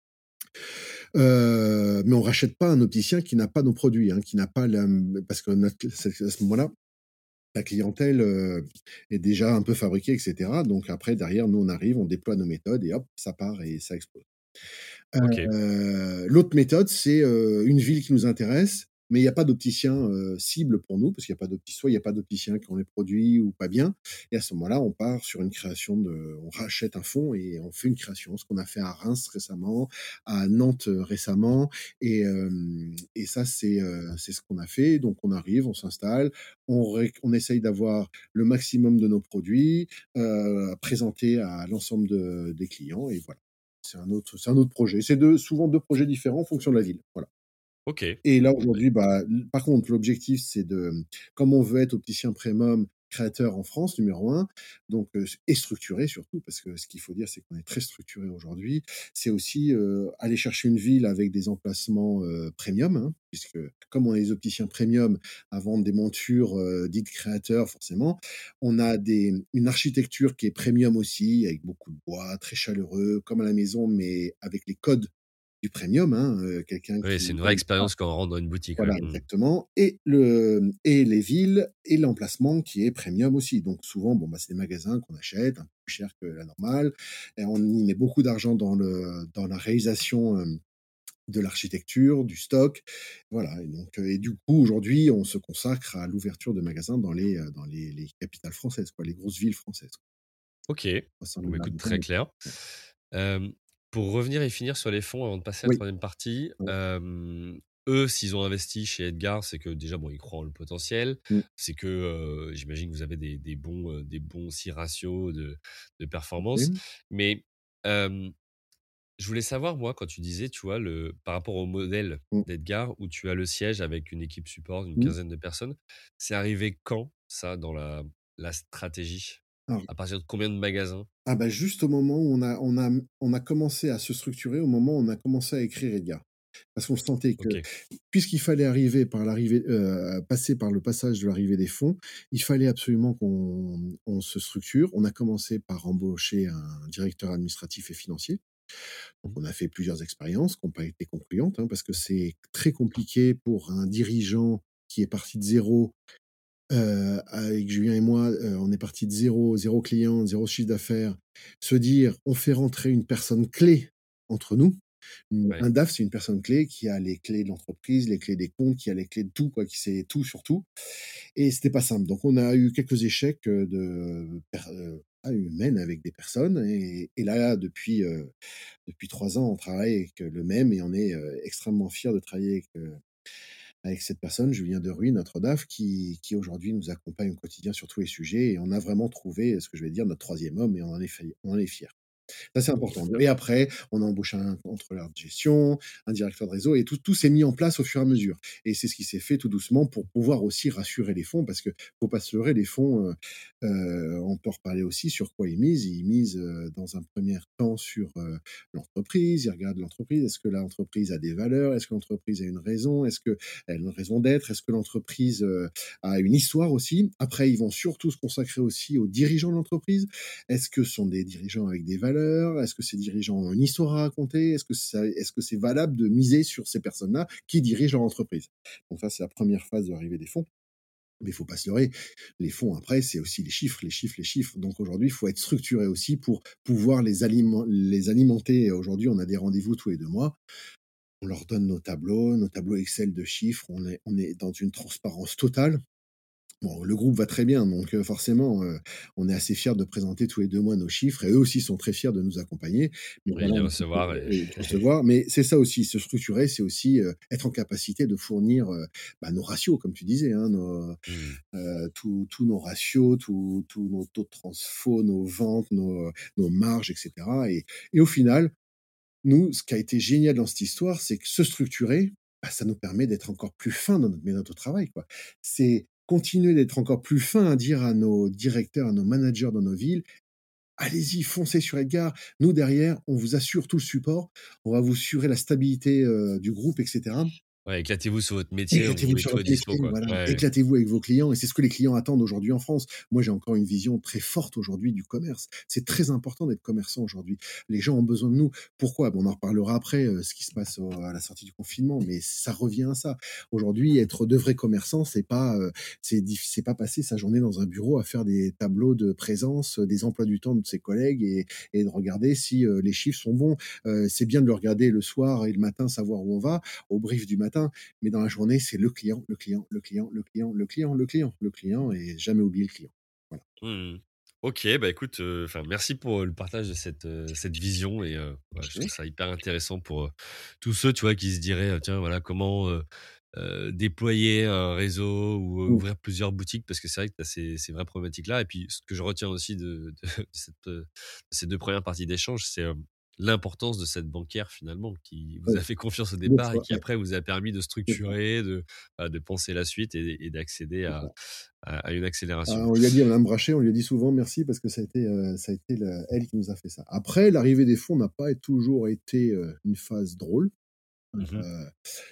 Mais on rachète pas un opticien qui n'a pas nos produits, hein, qui n'a pas la parce que notre c'est à ce moment-là, la clientèle, est déjà un peu fabriquée et cetera. Donc après derrière, nous on arrive, on déploie nos méthodes et hop, ça part et ça explose. OK. L'autre méthode, c'est, une ville qui nous intéresse, mais il y a pas d'opticien, cible pour nous, parce qu'il y a pas soit il y a pas d'opticien qui ont les produits ou pas bien et à ce moment-là, on part sur une création on rachète un fonds et on fait une création. Ce qu'on a fait à Reims récemment, à Nantes, récemment et ça, c'est ce qu'on a fait. Donc on arrive, on s'installe, on essaye d'avoir le maximum de nos produits, à présenter à l'ensemble des clients et voilà. C'est un autre projet. C'est souvent 2 projets différents en fonction de la ville, voilà. OK. Et là, Bon, beh, aujourd'hui, bah, par contre, l'objectif, c'est comme on veut être opticien premium créateur en France, numéro un, donc et structuré surtout, parce que ce qu'il faut dire, c'est qu'on est très structuré aujourd'hui. C'est aussi, aller chercher une ville avec des emplacements, premium, hein, puisque comme on est des opticiens premium à vendre des montures, dites créateurs forcément, on a une architecture qui est premium aussi, avec beaucoup de bois, très chaleureux, comme à la maison, mais avec les codes du premium, hein, quelqu'un oui, c'est qui une vraie voilà, expérience quand on rentre dans une boutique, ouais. voilà Mmh. exactement et les villes et l'emplacement qui est premium aussi. Donc souvent, bon, bah, c'est des magasins qu'on achète un peu plus cher que la normale et on y met beaucoup d'argent dans la réalisation, de l'architecture, du stock, voilà et donc et du coup, aujourd'hui, on se consacre à l'ouverture de magasins dans les capitales françaises, quoi, les grosses villes françaises. OK. Bon, bah, écoute, très Ouais. clair. Hem, pour revenir et finir sur les fonds avant de passer à la Oui, 3e partie, ouais. eux, s'ils ont investi chez Edgar, c'est que déjà, bon, ils croient en le potentiel. Mmh. C'est que, j'imagine que vous avez des bons aussi ratios de performance. Oui. Mais, hem, je voulais savoir, moi, quand tu disais, tu vois, par rapport au modèle Mmh. d'Edgar où tu as le siège avec une équipe support d'une Mmh. quinzaine de personnes, c'est arrivé quand ça dans la stratégie? Alors À partir de combien de magasins? ah bah, juste au moment où on a commencé à se structurer, au moment où on a commencé à écrire Edgar. Parce qu'on sentait que, OK. puisqu'il fallait passer par le passage de l'arrivée des fonds, il fallait absolument qu'on se structure. On a commencé par embaucher un directeur administratif et financier. Donc Mmh. on a fait plusieurs expériences qui n'ont pas été concluantes, hein, parce que c'est très compliqué pour un dirigeant qui est parti de zéro. Avec Julien et moi, on est parti de zéro, zéro client, zéro chiffre d'affaires. Se dire: «On fait rentrer une personne clé entre nous». Ouais. Un DAF, c'est une personne clé qui a les clés de l'entreprise, les clés des comptes, qui a les clés de tout, quoi, qui sait tout sur tout, et c'était pas simple. Donc on a eu quelques échecs, humaines avec des personnes, et là, depuis 3 ans, on travaille avec le même, et on est, extrêmement fiers de travailler avec cette personne, Julien Deruy, notre DAF, qui aujourd'hui nous accompagne au quotidien sur tous les sujets, et on a vraiment trouvé, ce que je vais dire, notre troisième homme, et on en est fiers. Ça, c'est Bon, bah, important. c'est top. Et après, on a embauché un contrôleur de gestion, un directeur de réseau, et tout s'est mis en place au fur et à mesure. Et c'est ce qui s'est fait tout doucement pour pouvoir aussi rassurer les fonds, parce que faut pas se leurrer, les fonds, on peut en reparler aussi sur quoi ils misent. Ils misent, dans un premier temps sur, l'entreprise. Ils regardent l'entreprise. Est-ce que l'entreprise a des valeurs? Est-ce que l'entreprise a une raison? Est-ce qu'elle a une raison d'être? Est-ce que l'entreprise, a une histoire aussi? Après, ils vont surtout se consacrer aussi aux dirigeants de l'entreprise. Est-ce que ce sont des dirigeants avec des valeurs? Est-ce que ces dirigeants ont une histoire à raconter? Est-ce que c'est valable de miser sur ces personnes-là qui dirigent leur entreprise? Donc ça, c'est la première phase de l'arrivée des fonds. Mais il faut pas se leurrer, les fonds après, c'est aussi les chiffres, les chiffres, les chiffres. Donc aujourd'hui, il faut être structuré aussi pour pouvoir les alimenter. Aujourd'hui, on a des rendez-vous tous les 2 mois. On leur donne nos tableaux Excel de chiffres. On est dans une transparence totale. Bon, le groupe va très bien, donc forcément, on est assez fiers de présenter tous les 2 mois nos chiffres, et eux aussi sont très fiers de nous accompagner. Mais Oui, voilà les un petit peu, recevoir et et de recevoir. Mais c'est ça aussi, se structurer, c'est aussi, être en capacité de fournir, nos ratios, comme tu disais, hein, mmh. tous nos ratios, tous nos taux de transfo, nos ventes, nos marges, et cetera. Et au final, nous, ce qui a été génial dans cette histoire, c'est que se structurer, ça nous permet d'être encore plus fin dans notre méthode de travail, quoi. C'est continuer d'être encore plus fin à dire à nos directeurs, à nos managers dans nos villes: «Allez-y, foncez sur Edgar. Nous, derrière, on vous assure tout le support. On va vous assurer la stabilité, du groupe, et cetera. Ouais, éclatez-vous sur votre métier, on vous Éclatez-vous met sur tout à votre dispo, métier, quoi. voilà. Ouais, Éclatez-vous avec vos clients, et c'est ce que les clients attendent aujourd'hui en France. Moi, j'ai encore une vision très forte aujourd'hui du commerce. C'est très important d'être commerçant aujourd'hui. Les gens ont besoin de nous. Pourquoi? On en reparlera après, ce qui se passe à la sortie du confinement, mais ça revient à ça. Aujourd'hui, être de vrais commerçants, c'est pas passer sa journée dans un bureau à faire des tableaux de présence, des emplois du temps de ses collègues, et de regarder si les chiffres sont bons. C'est bien de le regarder le soir et le matin, savoir où on va, au brief du matin, mais dans la journée, c'est le client, le client, le client, le client, le client, le client, le client, et jamais oublier le client. Voilà. mmh. OK, bah, écoute, enfin, merci pour, le partage de cette vision et ouais, je trouve Oui. ça hyper intéressant pour, tous ceux, tu vois, qui se diraient, «Tiens, voilà, comment, déployer un réseau ou, Mmh. ouvrir plusieurs boutiques?» parce que c'est vrai que tu as ces vraies problématiques-là et puis ce que je retiens aussi de ces 2 premières parties d'échange, c'est, l'importance de cette banquière finalement qui vous Ouais, a fait confiance au 2 départ et fois, qui ouais, après vous a permis de 2 fois, structurer, de penser la suite et d'accéder c'est à ça. à une accélération. On lui a dit à Madame Brachet, on lui a dit souvent merci, parce que ça a été elle qui nous a fait ça. Après, l'arrivée des fonds n'a pas toujours été, une phase drôle. Mmh. Heu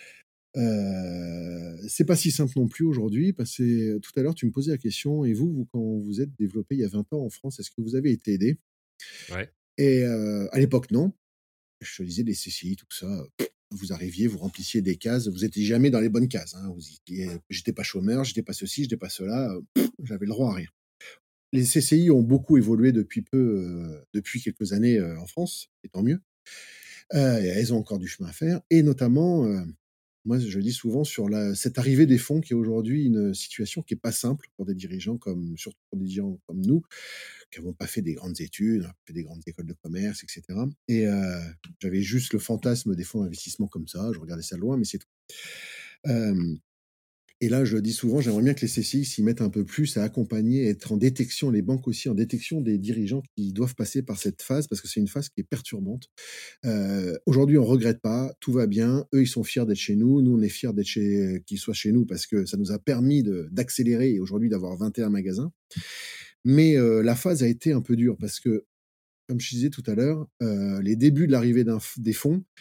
c'est pas si simple non plus aujourd'hui, parce que tout à l'heure, tu me posais la question: «Et vous, quand vous êtes développé il y a 20 ans en France, est-ce que vous avez été aidés?» Ouais. Et à l'époque, non. Je te disais, les CCI, tout ça, vous arriviez, vous remplissiez des cases, vous étiez jamais dans les bonnes cases, hein. Vous étiez J'étais pas chômeur, j'étais pas ceci, j'étais pas cela, j'avais le droit à rien. Les CCI ont beaucoup évolué depuis peu, depuis quelques années, en France, et tant mieux. Et elles ont encore du chemin à faire, et notamment, moi, je dis souvent sur cette arrivée des fonds, qui est aujourd'hui une situation qui est pas simple pour des dirigeants, surtout pour des dirigeants comme nous, qui n'avons pas fait des grandes études, fait des grandes écoles de commerce, et cetera. Et j'avais juste le fantasme des fonds d'investissement comme ça, je regardais ça de loin, mais c'est tout. Hem Et là, je le dis souvent, j'aimerais bien que les CCI s'y mettent un peu plus à accompagner, être en détection, les banques aussi, en détection des dirigeants qui doivent passer par cette phase, parce que c'est une phase qui est perturbante. Aujourd'hui, on regrette pas, tout va bien. Eux, ils sont fiers d'être chez nous. Nous, on est fiers qu'ils soient chez nous, parce que ça nous a permis d'accélérer, et aujourd'hui d'avoir 21 magasins. Mais la phase a été un peu dure, parce que, comme je disais tout à l'heure, les débuts de l'arrivée des fonds,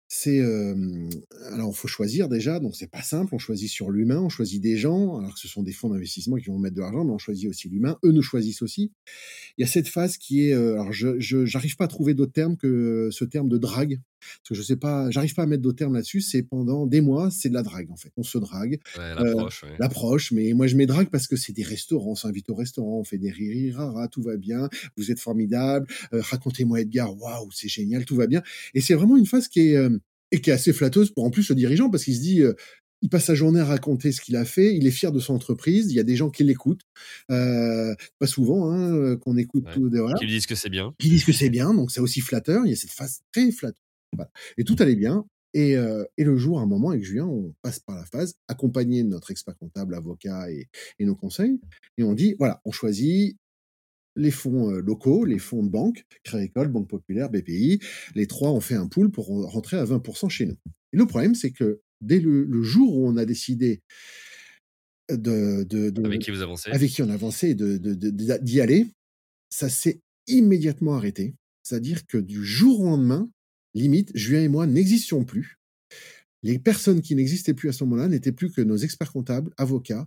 C'est, alors faut choisir déjà, donc c'est pas simple. On choisit sur l'humain, on choisit des gens, alors que ce sont des fonds d'investissement qui vont mettre de l'argent, mais on choisit aussi l'humain. Eux nous choisissent aussi. Il y a cette phase qui est, alors je j'arrive pas à trouver d'autres termes que ce terme de drague, parce que je sais pas, j'arrive pas à mettre d'autres termes là-dessus. C'est pendant des mois, c'est de la drague, en fait. On se drague, Ouais, heu, l'approche, ouais. l'approche, mais moi je mets drague parce que c'est des restaurants, on s'invite au restaurant, on fait des riri rara, tout va bien, vous êtes formidable, racontez-moi Edgar, waouh, c'est génial, tout va bien et c'est vraiment une phase qui est, et qui est assez flatteuse pour en plus le dirigeant parce qu'il se dit, il passe sa journée à raconter ce qu'il a fait, il est fier de son entreprise, il y a des gens qui l'écoutent, pas souvent, hein, qu'on écoute Ouais. tout de voilà, Qui lui disent que c'est bien. qui disent que c'est bien, donc c'est aussi flatteur. Il y a cette phase très flatteuse, voilà et tout allait bien et le jour, à un moment, avec Julien, on passe par la phase, accompagné de notre expert comptable, avocat et nos conseils et on dit: «Voilà, on choisit les fonds, locaux, les fonds de banque, Crédit Agricole, Banque Populaire, BPI. Les 3 ont fait un pool pour rentrer à 20 chez nous» et le problème, c'est que dès le jour où on a décidé Avec de qui vous avancez? avec qui on avançait d'y aller, ça s'est immédiatement arrêté. C'est-à-dire que du jour au lendemain, limite, Julien et moi n'existions plus. Les personnes qui n'existaient plus à ce moment-là n'étaient plus que nos experts comptables, avocats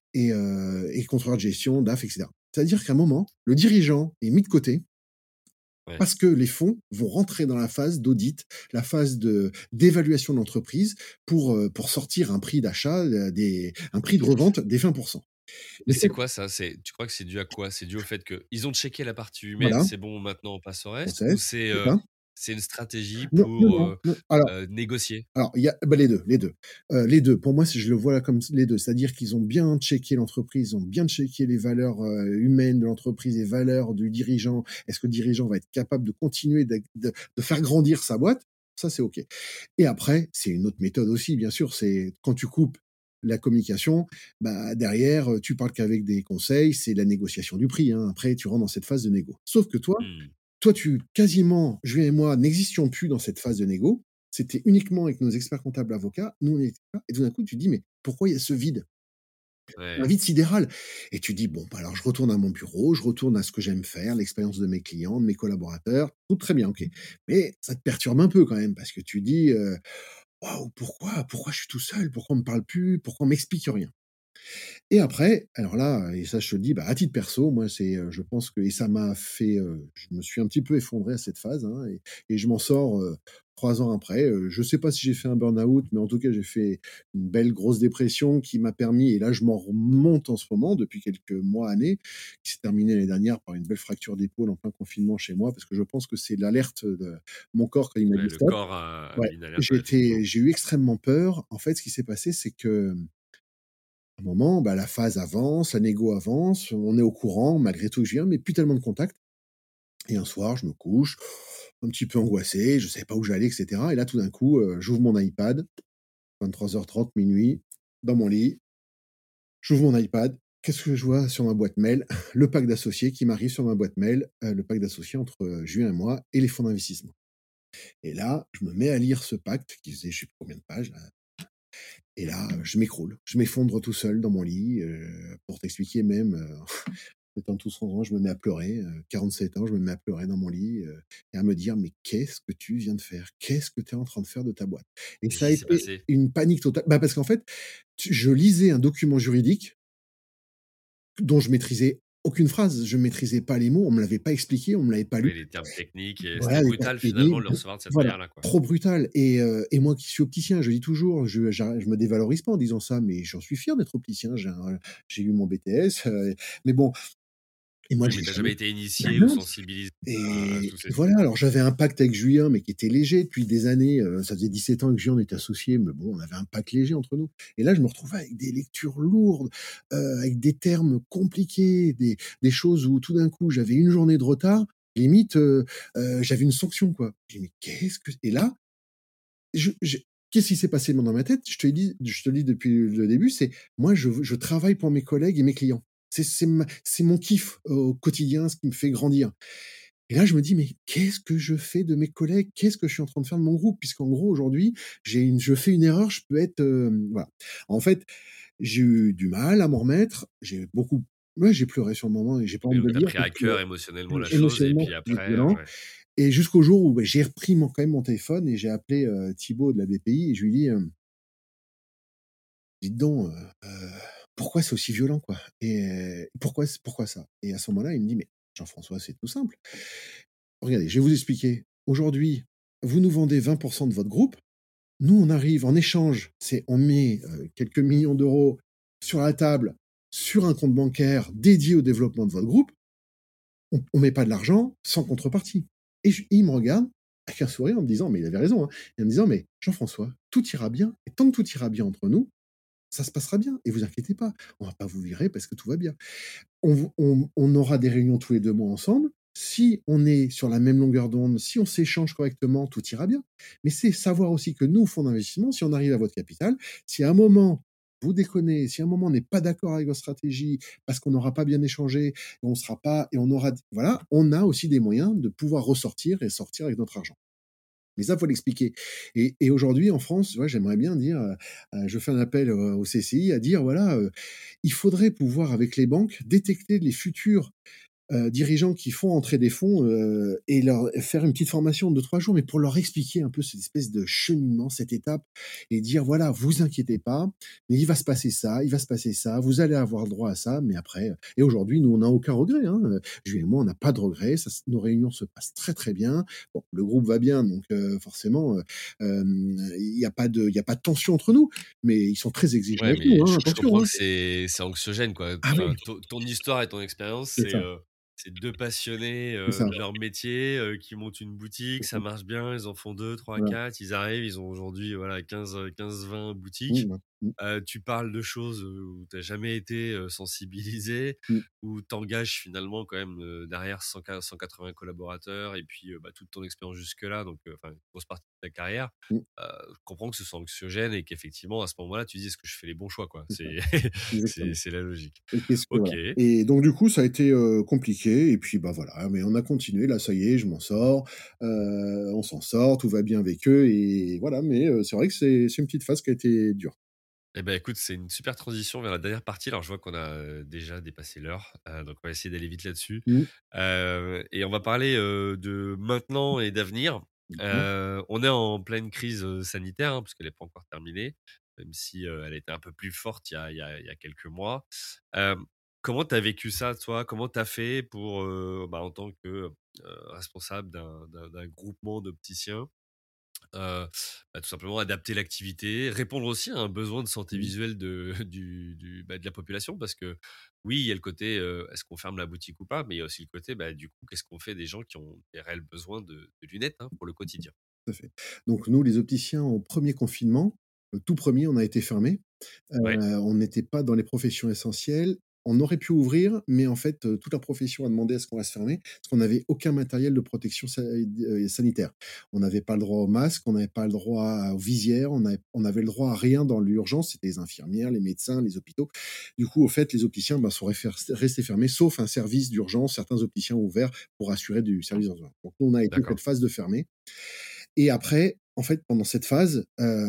et contrôleurs de gestion, DAF, et cetera. C'est-à-dire qu'à un moment, le dirigeant est mis de côté Ouais. parce que les fonds vont rentrer dans la phase d'audit, la phase d'évaluation de l'entreprise pour sortir un prix d'achat, un prix de revente des 20. Et Et c'est c'est quoi ça? Tu crois que c'est dû à quoi? C'est dû au fait qu'ils ont checké la partie humaine, voilà, c'est bon, maintenant on passe au reste? Ou process, c'est ça. c'est une stratégie Non, non, pour, non, non. négocier? Alors, il y a bah, les 2, les 2. Les 2. Pour moi, si je le vois là comme les 2, c'est-à-dire qu'ils ont bien checké l'entreprise, ils ont bien checké les valeurs, humaines de l'entreprise, les valeurs du dirigeant. Est-ce que le dirigeant va être capable de continuer de faire grandir sa boîte? Ça, c'est OK. Et après, c'est une autre méthode aussi, bien sûr, c'est quand tu coupes la communication, bah, derrière, tu parles qu'avec des conseils, c'est la négociation du prix, hein. Après, tu rentres dans cette phase de négo. Sauf que toi, Mmh. tu quasiment, Julien et moi n'existions plus dans cette phase de négo. C'était uniquement avec nos experts comptables avocats. Nous, on était là et tout d'un coup, tu te dis: «Mais pourquoi il y a ce vide?» Un Ouais. vide sidéral et tu dis: «Bon, bah, alors je retourne à mon bureau, je retourne à ce que j'aime faire, l'expérience de mes clients, de mes collaborateurs, tout très bien, OK». Mais ça te perturbe un peu quand même parce que tu dis, «Waouh, pourquoi je suis tout seul? Pourquoi on me parle plus? Pourquoi on m'explique rien?» Et après, alors là, et ça je te le dis, bah, à titre perso, moi c'est, je pense que et ça m'a fait, je me suis un petit peu effondré à cette phase, hein, et je m'en sors, 3 ans après. Je sais pas si j'ai fait un burn-out, mais en tout cas, j'ai fait une belle grosse dépression qui m'a permis et là je m'en remonte en ce moment depuis quelques mois, années, qui s'est terminée l'année dernière par une belle fracture d'épaule en plein confinement chez moi, parce que je pense que c'est l'alerte de mon corps quand il m'a Ouais, dit: le «Stop». corps a Ouais, mis une alerte, ouais, effectivement. j'ai eu extrêmement peur. En fait, ce qui s'est passé, c'est que un moment, bah, la phase avance, la négo avance, on est au courant malgré tout que je viens, mais plus tellement de contact. Et un soir, je me couche, un petit peu angoissé, je savais pas où j'allais, et cetera. Et là, tout d'un coup, j'ouvre mon iPad, 23h30, minuit, dans mon lit, j'ouvre mon iPad. Qu'est-ce que je vois sur ma boîte mail? Le pack d'associés qui m'arrive sur ma boîte mail, le pack d'associés entre, Julien et moi et les fonds d'investissement. Et là, je me mets à lire ce pacte qui faisait je sais plus combien de pages là, et là, je m'écroule. Je m'effondre tout seul dans mon lit, pour t'expliquer même, étant tous rangeant, je me mets à pleurer, 47 ans, je me mets à pleurer dans mon lit, et à me dire: «Mais qu'est-ce que tu viens de faire? Qu'est-ce que tu es en train de faire de ta boîte?» Et Qu'est-ce ça a qui s'est été passé? une panique totale. Bah, parce qu'en fait, je lisais un document juridique dont je maîtrisais aucune phrase. Je maîtrisais pas les mots, on me l'avait pas expliqué, on me l'avait pas lu. Oui, les termes techniques et c'était Voilà, les termes brutal finalement techniques, de le recevoir de cette voilà, manière-là, quoi. trop brutal et moi qui suis opticien, je dis toujours, je me dévalorise pas en disant ça, mais j'en suis fier d'être opticien. J'ai eu mon BTS, mais bon, et moi Oui, j'ai mais tu as jamais jamais été bah initié ou non. sensibilisé à Et tous ces voilà, sujets. alors j'avais un pacte avec Julien, mais qui était léger depuis des années, ça faisait 17 ans que Julien on était associés, mais bon, on avait un pacte léger entre nous. Et là, je me retrouvais avec des lectures lourdes, avec des termes compliqués, des choses où tout d'un coup, j'avais une journée de retard, limite, j'avais une sanction, quoi. J'ai dit: «Mais qu'est-ce que» et là, je qu'est-ce qui s'est passé dans ma tête? Je te le dis depuis le début, c'est moi, je travaille pour mes collègues et mes clients. C'est mon kiff au quotidien, ce qui me fait grandir. Et là, je me dis: «Mais qu'est-ce que je fais de mes collègues? Qu'est-ce que je suis en train de faire de mon groupe?» Puisqu'en gros, aujourd'hui, je fais une erreur, je peux être, voilà. En fait, j'ai eu du mal à m'en remettre. J'ai beaucoup Ouais, j'ai pleuré sur le moment et j'ai pas Oui, honte de donc le tu as dire pris parce à que, cœur émotionnellement la chose et émotionnellement, puis c'était après, violent. ouais. Et jusqu'au jour où, j'ai repris quand même mon téléphone et j'ai appelé, Thibaut de la BPI et je lui ai dit, «Dites donc, pourquoi c'est aussi violent, quoi? Et pourquoi ça?» Et à ce moment-là, il me dit: «Mais Jean-François, c'est tout simple. Regardez, je vais vous expliquer. Aujourd'hui, vous nous vendez 20 de votre groupe. Nous, on arrive en échange, on met, quelques millions d'euros sur la table, sur un compte bancaire dédié au développement de votre groupe. On met pas de l'argent sans contrepartie.» Et il me regarde avec un sourire en me disant, mais il avait raison, hein, et en me disant: «Mais Jean-François, tout ira bien et tant que tout ira bien entre nous, ça se passera bien et vous inquiétez pas. On va pas vous virer parce que tout va bien. On aura des réunions tous les 2 mois ensemble. Si on est sur la même longueur d'onde, si on s'échange correctement, tout ira bien. Mais c'est savoir aussi que nous, fonds d'investissement, si on arrive à votre capital, si à un moment vous déconnez, si à un moment on n'est pas d'accord avec votre stratégie parce qu'on n'aura pas bien échangé, on sera pas et on aura voilà, on a aussi des moyens de pouvoir ressortir et sortir avec notre argent.» Mais ça, faut l'expliquer. Et aujourd'hui, en France, ouais, j'aimerais bien dire, je fais un appel, au CCI à dire, voilà, il faudrait pouvoir, avec les banques, détecter les futurs dirigeants qui font entrer des fonds, et leur faire une petite formation de 3 jours, mais pour leur expliquer un peu cette espèce de cheminement, cette étape et dire: «Voilà, vous inquiétez pas, mais il va se passer ça, il va se passer ça, vous allez avoir droit à ça, mais après» et aujourd'hui, nous, on n'a aucun regret, hein, Julien et moi, on n'a pas de regrets, ça s nos réunions se passent très, très bien. Bon, le groupe va bien, donc forcément, il y a pas de tension entre nous, mais ils sont très exigeants Ouais, avec nous, mais hein, je comprends attention, hein. que c'est anxiogène, quoi. Ah oui, Enfin, ton histoire et ton expérience, c'est ça, c'est 2 passionnés, c'est ça, de leur métier, qui montent une boutique, c'est ça ça. marche bien, ils en font 2, 3, Voilà. 4, ils arrivent, ils ont aujourd'hui, voilà, 15-20 boutiques. Mmh, mmh, Tu parles de choses, où tu as jamais été, sensibilisé, mmh, où tu engages finalement quand même, derrière 180 collaborateurs et puis, bah, toute ton expérience jusque-là, donc enfin, une grosse partie de ta carrière. mmh, Je comprends que ce soit anxiogène et qu'effectivement, à ce moment-là, tu dis: «Est-ce que je fais les bons choix?» quoi. c'est ça. C'est Exactement. c'est la logique. Et qu'est-ce que OK. voilà. Et donc du coup, ça a été, compliqué et puis, bah, voilà, mais on a continué. Là, ça y est, je m'en sors, on s'en sort, tout va bien avec eux et voilà, mais c'est vrai que c'est une petite phase qui a été dure. Eh ben, écoute, c'est une super transition vers la dernière partie. Alors, je vois qu'on a, déjà dépassé l'heure, donc on va essayer d'aller vite là-dessus, Mmh. et on va parler, de maintenant et d'avenir. D'accord. On est en pleine crise, sanitaire, hein, puisqu'elle n'est pas encore terminée, même si, elle était un peu plus forte il y a quelques mois. Hem, Comment tu as vécu ça, toi? Comment tu as fait pour, bah, en tant que, responsable d'un groupement d'opticiens, tout simplement adapter l'activité, répondre aussi à un besoin de santé Mmh. visuelle de la population parce que oui, il y a le côté, est-ce qu'on ferme la boutique ou pas? Mais il y a aussi le côté, bah, du coup, qu'est-ce qu'on fait des gens qui ont des réels besoins de lunettes, hein, pour le quotidien? Tout à fait. Donc nous, les opticiens, au premier confinement, le tout premier, on a été fermés. Ouais, On n'était pas dans les professions essentielles. On aurait pu ouvrir, mais en fait, toute la profession a demandé à ce qu'on reste fermé, parce qu'on n'avait aucun matériel de protection sanitaire. On n'avait pas le droit au masque, on n'avait pas le droit aux visières, on avait le droit à rien dans l'urgence, c'était les infirmières, les médecins, les hôpitaux. Du coup, au fait, les opticiens, bah, sont restés fermés, sauf un service d'urgence. Certains opticiens ont ouvert pour assurer du service d'urgence. Donc nous, on a été d'accord. cette phase de fermé et après, en fait, pendant cette phase,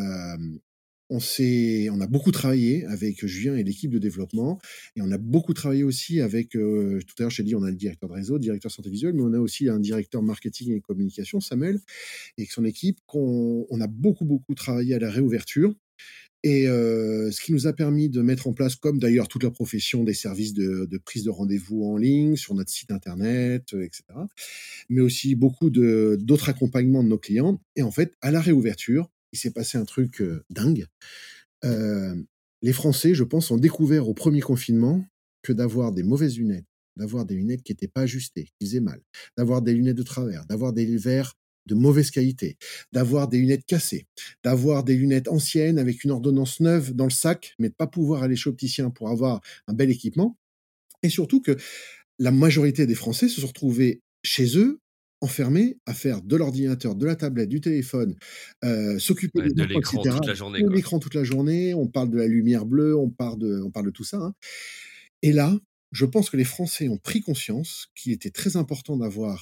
on a beaucoup travaillé avec Julien et l'équipe de développement et on a beaucoup travaillé aussi avec, tout à l'heure, je t'ai dit, on a le directeur de réseau, directeur santé visuelle, mais on a aussi un directeur marketing et communication, Samuel, et avec son équipe on a beaucoup, beaucoup travaillé à la réouverture et ce qui nous a permis de mettre en place, comme d'ailleurs toute la profession, des services de prise de rendez-vous en ligne sur notre site internet, et cetera, mais aussi beaucoup de d'autres accompagnements de nos clients. Et en fait, à la réouverture, il s'est passé un truc, dingue. Heu, les Français, je pense, ont découvert au premier confinement que d'avoir des mauvaises lunettes, d'avoir des lunettes qui étaient pas ajustées, qui faisaient mal, d'avoir des lunettes de travers, d'avoir des verres de mauvaise qualité, d'avoir des lunettes cassées, d'avoir des lunettes anciennes avec une ordonnance neuve dans le sac, mais de pas pouvoir aller chez l'opticien pour avoir un bel équipement. Et surtout que la majorité des Français se sont retrouvés chez eux, enfermés, à faire de l'ordinateur, de la tablette, du téléphone, s'occuper Ouais, des de enfants, et l'écran cetera. toute la journée, De quoi. l'écran toute la journée, on parle de la lumière bleue, on parle de tout ça, hein. Et là, je pense que les Français ont pris conscience qu'il était très important d'avoir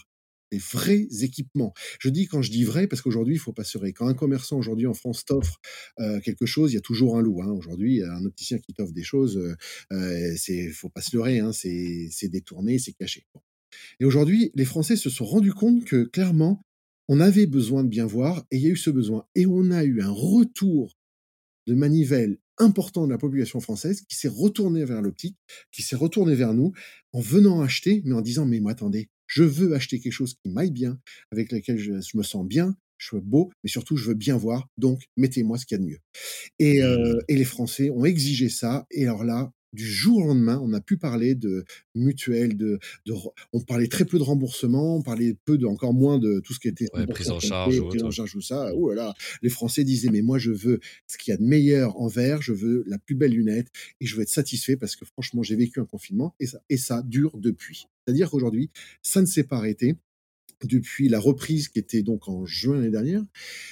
des vrais équipements. Quand je dis vrai, parce qu'aujourd'hui, il faut pas se leurrer. Quand un commerçant aujourd'hui en France t'offre, quelque chose, il y a toujours un loup, hein. Aujourd'hui, un opticien qui t'offre des choses, c'est faut pas se leurrer, hein, c'est détourné, c'est caché. Bon. Et aujourd'hui, les Français se sont rendus compte que clairement, on avait besoin de bien voir et il y a eu ce besoin et on a eu un retour de manivelle important de la population française qui s'est retourné vers l'optique, qui s'est retourné vers nous en venant acheter, mais en disant: «Mais moi, attendez, je veux acheter quelque chose qui m'aille bien, avec lequel je me sens bien, je suis beau, mais surtout je veux bien voir, donc mettez-moi ce qu'il y a de mieux». Mmh. Et les Français ont exigé ça et alors là, du jour au lendemain, on a pu parler de mutuelles, de re on parlait très peu de remboursement, on parlait peu de encore moins de tout ce qui était Ouais, 100% prise en charge santé, ou prise en autre. charge, tout ça. Mmh. Ouh là là, les Français disaient: «Mais moi, je veux ce qu'il y a de meilleur en verre, je veux la plus belle lunette et je veux être satisfait parce que franchement, j'ai vécu un confinement» et ça dure depuis. C'est-à-dire qu'aujourd'hui, ça ne s'est pas arrêté depuis la reprise qui était donc en juin l'année dernière.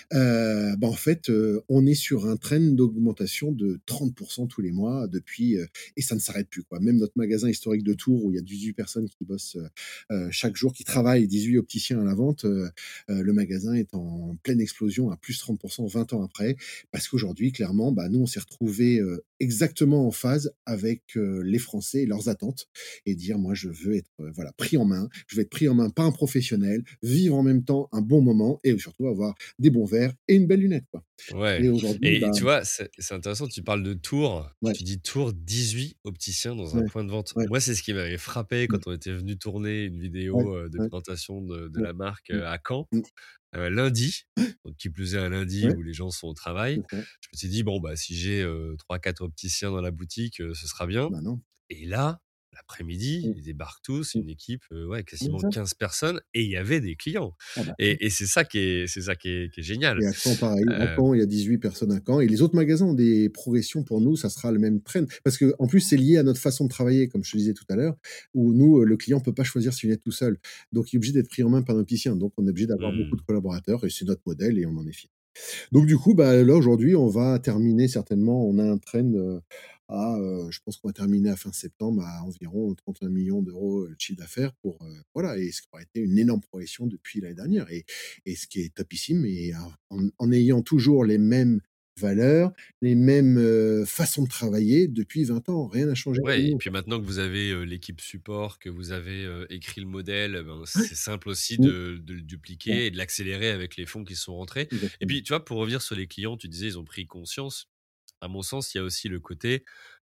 En fait, on est sur un trend d'augmentation de 30 tous les mois depuis, et ça ne s'arrête plus, quoi. Même notre magasin historique de Tours où il y a 18 personnes qui bossent, chaque jour, qui travaillent, 18 opticiens à la vente, le magasin est en pleine explosion à plus 30 20 ans après. Parce qu'aujourd'hui, clairement, nous, on s'est retrouvés, exactement en phase avec, les Français et leurs attentes et dire: «Moi, je veux être, voilà, pris en main. Je veux être pris en main par un professionnel, vivre en même temps un bon moment et surtout avoir des bons verres et une belle lunette, quoi». Et Ouais, aujourd'hui, et tu vois, c'est intéressant, tu parles de Tours, ouais, tu dis Tours, 18 opticiens dans un ouais, point de vente. ouais, Moi, c'est ce qui m'avait frappé mmh, quand on était venu tourner une ouais, vidéo, de ouais, présentation de ouais, la marque, mmh, à Caen, mmh, lundi, donc qui plus est un lundi ouais, où les gens sont au travail. c'est ça. Je me suis dit: «Bon, bah, si j'ai, 3-4 opticiens dans la boutique, ce sera bien». Bah, non. Et là, l'après-midi, Mmh, ils débarquent tous, mmh, une équipe, ouais, c'est quasiment ça. 15 personnes, et il y avait des clients, Ah bah, et c'est ça qui est génial. et à Caen, pareil. À Heu, Caen, il y a 18 personnes à Caen et les autres magasins ont des progressions pour nous, ça sera le même trend. Parce qu'en plus, c'est lié à notre façon de travailler, comme je te disais tout à l'heure, où nous, le client peut pas choisir ses lunettes tout seul. Donc il est obligé d'être pris en main par un opticien. Donc on est obligé d'avoir beaucoup de mmh. collaborateurs et c'est notre modèle et on en est fiers. Donc du coup, là, aujourd'hui, on va terminer certainement on a un trend, je pense qu'on va terminer à fin septembre à environ 31 millions d'euros de chiffre d'affaires pour, voilà et ce qui aurait été une énorme progression depuis l'année dernière et ce qui est topissime et en ayant toujours les mêmes valeurs, les mêmes, façons de travailler depuis 20 ans. Rien n'a changé avec Ouais, et nous, puis quoi. maintenant que vous avez, l'équipe support, que vous avez, écrit le modèle, ben, c'est simple aussi Mmh, de le ouais, dupliquer et de l'accélérer avec les fonds qui sont rentrés. Et exactement. puis, tu vois, pour revenir sur les clients, tu disais, ils ont pris conscience. À mon sens, il y a aussi le côté,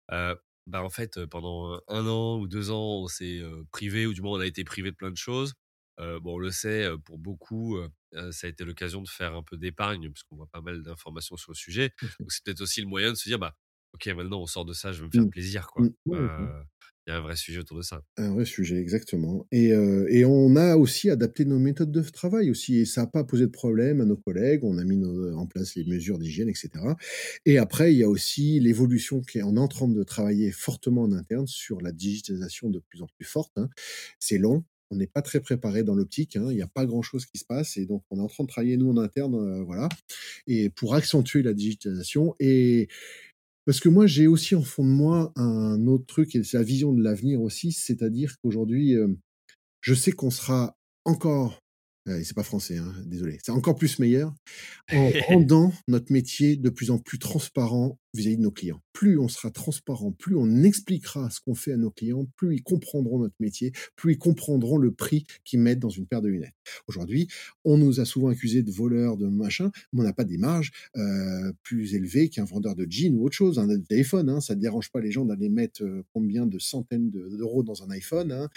en fait, pendant, 1 an ou 2 ans, on s'est, privés, ou du moins on a été privés de plein de choses. On le sait, pour beaucoup, ça a été l'occasion de faire un peu d'épargne puisqu'on voit pas mal d'informations sur le sujet. Tout à fait. Donc c'est peut-être aussi le moyen de se dire: «Bah, OK, maintenant on sort de ça, je veux me faire Mmh. plaisir, quoi». Mmh. Ouais, ouais. Il y a un vrai sujet autour de ça. Un vrai sujet, exactement et on a aussi adapté nos méthodes de travail aussi et ça a pas posé de problème à nos collègues. On a mis en place les mesures d'hygiène et cetera et après, il y a aussi l'évolution qui est on est en train de travailler fortement en interne sur la digitalisation de plus en plus forte, hein. C'est long, on n'est pas très préparé dans l'optique, hein, il y a pas grand chose qui se passe et donc on est en train de travailler nous en interne, voilà et pour accentuer la digitalisation et parce que moi, j'ai aussi en fond de moi un autre truc et c'est la vision de l'avenir aussi, c'est-à-dire qu'aujourd'hui, je sais qu'on sera encore, et c'est pas français, hein, désolé, c'est encore plus meilleur en rendant notre métier de plus en plus transparent vis-à-vis de nos clients. Plus on sera transparent, plus on expliquera ce qu'on fait à nos clients, plus ils comprendront notre métier, plus ils comprendront le prix qu'ils mettent dans une paire de lunettes. Aujourd'hui, on nous a souvent accusés de voleurs, de machin, mais on n'a pas des marges plus élevées qu'un vendeur de jeans ou autre chose, un téléphone. Hein, ça ne dérange pas les gens d'aller mettre combien de centaines d'euros dans un iPhone. Hein,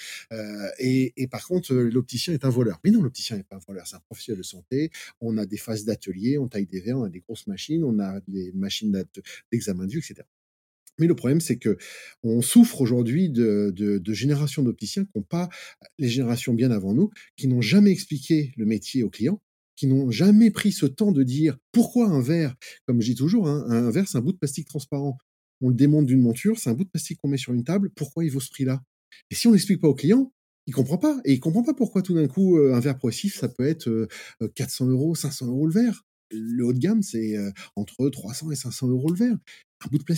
et par contre, l'opticien est un voleur. Mais non, l'opticien n'est pas un voleur, c'est un professionnel de santé. On a des phases d'atelier, on taille des verres, on a des grosses machines, on a des machines d'examen de vue, et cetera. Mais le problème, c'est que on souffre aujourd'hui de générations d'opticiens qui n'ont pas les générations bien avant nous, qui n'ont jamais expliqué le métier aux clients, qui n'ont jamais pris ce temps de dire: «Pourquoi un verre?» Comme je dis toujours, hein, un verre, c'est un bout de plastique transparent. On le démonte d'une monture, c'est un bout de plastique qu'on met sur une table, pourquoi il vaut ce prix-là? Et si on l'explique pas au client, il comprend pas et il comprend pas pourquoi tout d'un coup, un verre progressif, ça peut être, 400 €, 500 € le verre. Le haut de gamme, c'est, entre 300 et 500 € le verre. Un bout de plastique.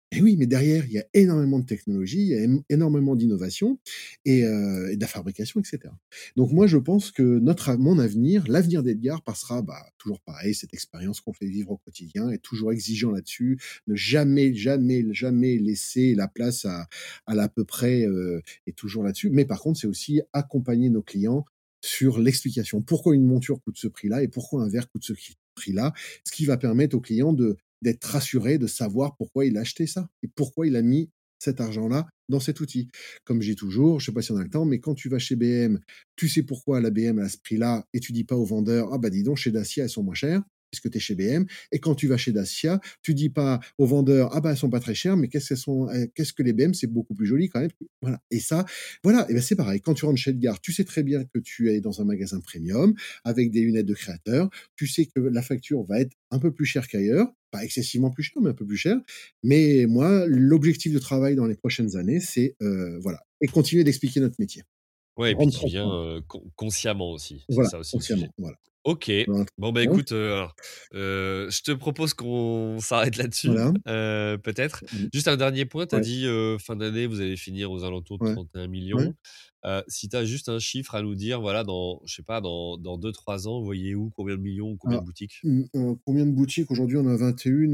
Et oui, mais derrière, il y a énormément de technologie, il y a énormément d'innovation et de la fabrication, et cetera. Donc moi, je pense que mon avenir, l'avenir d'Edgar passera, toujours pareil, cette expérience qu'on fait vivre au quotidien, être toujours exigeant là-dessus, ne jamais, jamais, jamais laisser la place à l'à peu près, et toujours là-dessus. Mais par contre, c'est aussi accompagner nos clients sur l'explication. Pourquoi une monture coûte ce prix-là et pourquoi un verre coûte ce prix-là? Ce qui va permettre au client d'être rassuré, de savoir pourquoi il a acheté ça et pourquoi il a mis cet argent-là dans cet outil. Comme je dis toujours, je sais pas si on a le temps, mais quand tu vas chez BM, tu sais pourquoi la BM a ce prix-là et tu dis pas au vendeur: «Ah bah dis donc chez Dacia, elles sont moins chères», puisque tu es chez BM. Et quand tu vas chez Dacia, tu dis pas au vendeur: «Ah bah elles sont pas très chères, mais qu'est-ce que les BM, c'est beaucoup plus joli quand même». Voilà, et ça, voilà, et ben c'est pareil. Quand tu rentres chez Edgar, tu sais très bien que tu es dans un magasin premium avec des lunettes de créateur. Tu sais que la facture va être un peu plus chère qu'ailleurs, pas excessivement plus cher, mais un peu plus cher. Mais moi, l'objectif de travail dans les prochaines années, c'est, voilà, et continuer d'expliquer notre métier. Ouais et puis Rendre tu viens, transparent. consciemment aussi, c'est Voilà, ça aussi le sujet. consciemment, voilà. OK. Voilà, Bon, bah, transparence, écoute, alors, je te propose qu'on s'arrête là-dessus, voilà. peut-être. Mmh, Juste un dernier point, tu as ouais, dit, fin d'année, vous allez finir aux alentours de ouais, 31 ouais. 000 000. Si tu as juste un chiffre à nous dire, voilà, dans je sais pas, dans 2-3 ans, vous voyez où? Combien de millions ou combien Ah, de boutiques? combien de boutiques? Aujourd'hui, on a 21,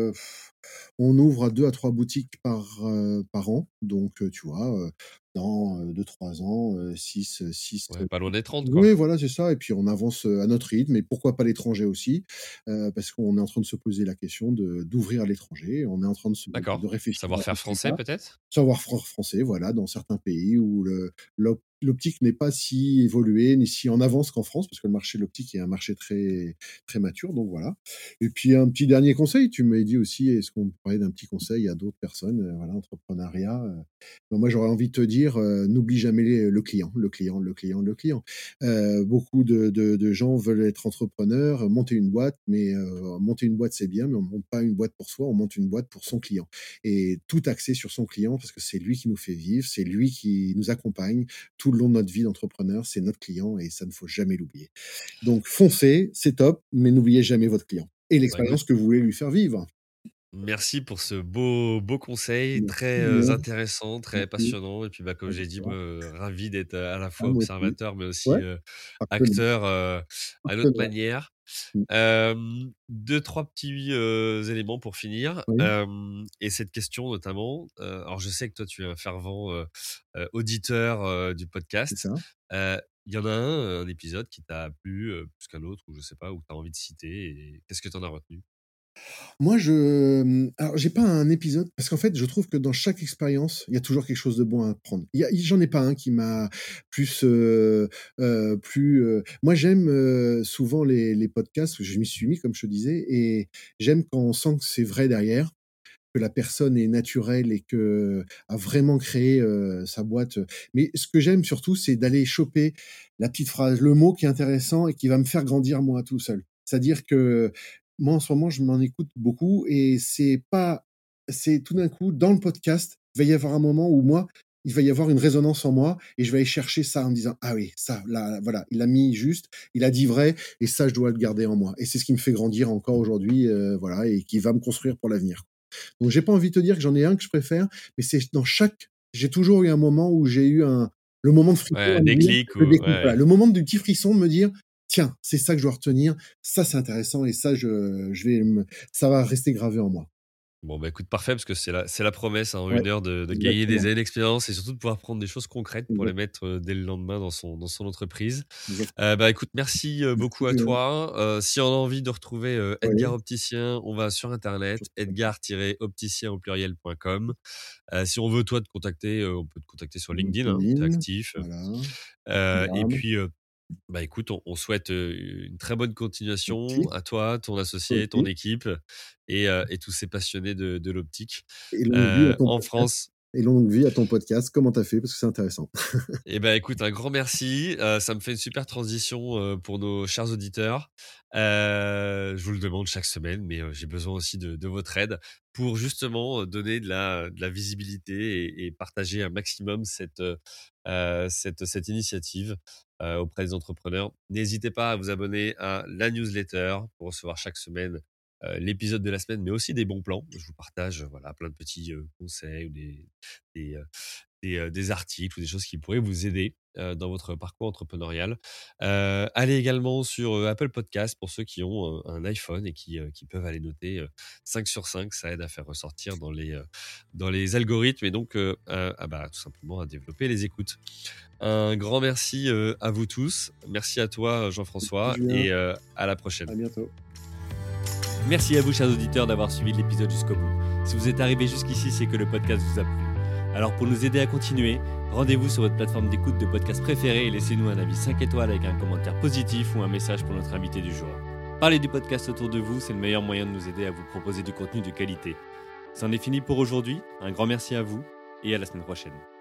on ouvre à 2 à 3 boutiques par an. Donc, tu vois, dans, 2-3 ans, 6, Ouais, pas loin des 30, quoi. oui, voilà, c'est ça, et puis on avance, à notre rythme, et pourquoi pas l'étranger aussi? Parce qu'on est en train de se poser la question d'ouvrir à l'étranger. On est en train de D'accord. réfléchir à Savoir-faire français, ça. peut-être? Savoir-faire français, voilà, dans certains pays où l'optique n'est pas si évoluée, ni si en avance qu'en France, parce que le marché de l'optique est un marché très très mature, donc voilà. Et puis un petit dernier conseil, tu m'avais dit aussi, est-ce qu'on parlait d'un petit conseil à d'autres personnes, voilà, entrepreneuriat, moi j'aurais envie de te dire, n'oublie jamais le client, le client, le client, le client. Beaucoup de gens veulent être entrepreneurs, monter une boîte, mais monter une boîte, c'est bien, mais on monte pas une boîte pour soi, on monte une boîte pour son client, et tout axé sur son client parce que c'est lui qui nous fait vivre, c'est lui qui nous accompagne tout le long de notre vie d'entrepreneur, c'est notre client et ça ne faut jamais l'oublier. Donc foncez, c'est top, mais n'oubliez jamais votre client et Bah, écoute, l'expérience que vous voulez lui faire vivre. merci pour ce beau conseil, Merci très, bien, intéressant, très merci, passionnant et puis, bah, comme j'ai avec dit, toi. ravi d'être, à la Ah fois moi aussi. observateur mais aussi, Ouais, absolument, acteur, à notre absolument. manière. Mmh. 2-3 petits, éléments pour finir, Oui, et cette question notamment, alors je sais que toi tu es un fervent, auditeur, du c'est podcast. ça. Il y en a un épisode qui t'a plu, plus qu'un autre ou je sais pas, ou que tu as envie de citer et qu'est-ce que tu en as retenu? Moi, alors j'ai pas un épisode parce qu'en fait, je trouve que dans chaque expérience, il y a toujours quelque chose de bon à apprendre. J'en ai pas un qui m'a plus, moi j'aime, souvent les podcasts, je m'y suis mis comme je te disais, et j'aime quand on sent que c'est vrai derrière, que la personne est naturelle et que a vraiment créé, sa boîte, mais ce que j'aime surtout, c'est d'aller choper la petite phrase, le mot qui est intéressant et qui va me faire grandir moi tout seul. C'est-à-dire que moi, en ce moment, je m'en écoute beaucoup et c'est tout d'un coup dans le podcast, il va y avoir un moment où moi, il va y avoir une résonance en moi et je vais aller chercher ça en me disant: «Ah oui, ça, là, voilà, il a mis juste, il a dit vrai et ça, je dois le garder en moi», et c'est ce qui me fait grandir encore aujourd'hui, voilà, et qui va me construire pour l'avenir. Donc j'ai pas envie de te dire que j'en ai un que je préfère, mais c'est dans chaque j'ai toujours eu un moment où j'ai eu le moment de Ouais, frisson un à me dire, déclic ou le déclic, ouais. voilà, le moment du petit frisson de me dire: «Tiens, c'est ça que je dois retenir, ça c'est intéressant et ça je vais me ça va rester gravé en moi». Bon, bah, écoute, parfait, parce que c'est la promesse, hein, en Ouais, 1 heure de gagner des exactement, années d'expérience et surtout de pouvoir prendre des choses concrètes pour les exact mettre, dès le lendemain dans son entreprise. exactement. Bah, écoute, merci, Merci beaucoup à bien. toi. Si on a envie de retrouver, Edgar Oui, Opticien, on va sur internet, sur edgar-opticien au pluriel.com. Si on veut, toi, te contacter, on peut te contacter sur LinkedIn, hein, tu es LinkedIn, actif. voilà, Et Instagram, puis, bah, écoute, on souhaite, une très bonne merci, continuation à toi, ton toi associé, ton aussi, équipe et tous ces passionnés de l'optique, et longue vie à ton en podcast France. et longue vie à ton podcast. Comment tu as fait? Parce que c'est intéressant. Eh ben, écoute, un grand merci, ça me fait une super transition, pour nos chers auditeurs. Je vous le demande chaque semaine, mais j'ai besoin aussi de votre aide pour justement, donner de la visibilité et partager un maximum cette initiative, auprès des entrepreneurs. N'hésitez pas à vous abonner à la newsletter pour recevoir chaque semaine, l'épisode de la semaine, mais aussi des bons plans. Je vous partage voilà, plein de petits conseils ou des, euh, des articles ou des choses qui pourraient vous aider dans votre parcours entrepreneurial. Allez également sur Apple Podcast pour ceux qui ont un iPhone et qui peuvent aller noter 5 sur 5. Ça aide à faire ressortir dans les algorithmes et donc tout simplement à développer les écoutes. Un grand merci à vous tous. Merci à toi, Jean-François, Julien, et à la prochaine. à bientôt. Merci à vous, chers auditeurs, d'avoir suivi l'épisode jusqu'au bout. Si vous êtes arrivé jusqu'ici, c'est que le podcast vous a plu. Alors pour nous aider à continuer, rendez-vous sur votre plateforme d'écoute de podcast préférée et laissez-nous un avis 5 étoiles avec un commentaire positif ou un message pour notre invité du jour. Parlez du podcast autour de vous, c'est le meilleur moyen de nous aider à vous proposer du contenu de qualité. C'en est fini pour aujourd'hui, un grand merci à vous et à la semaine prochaine.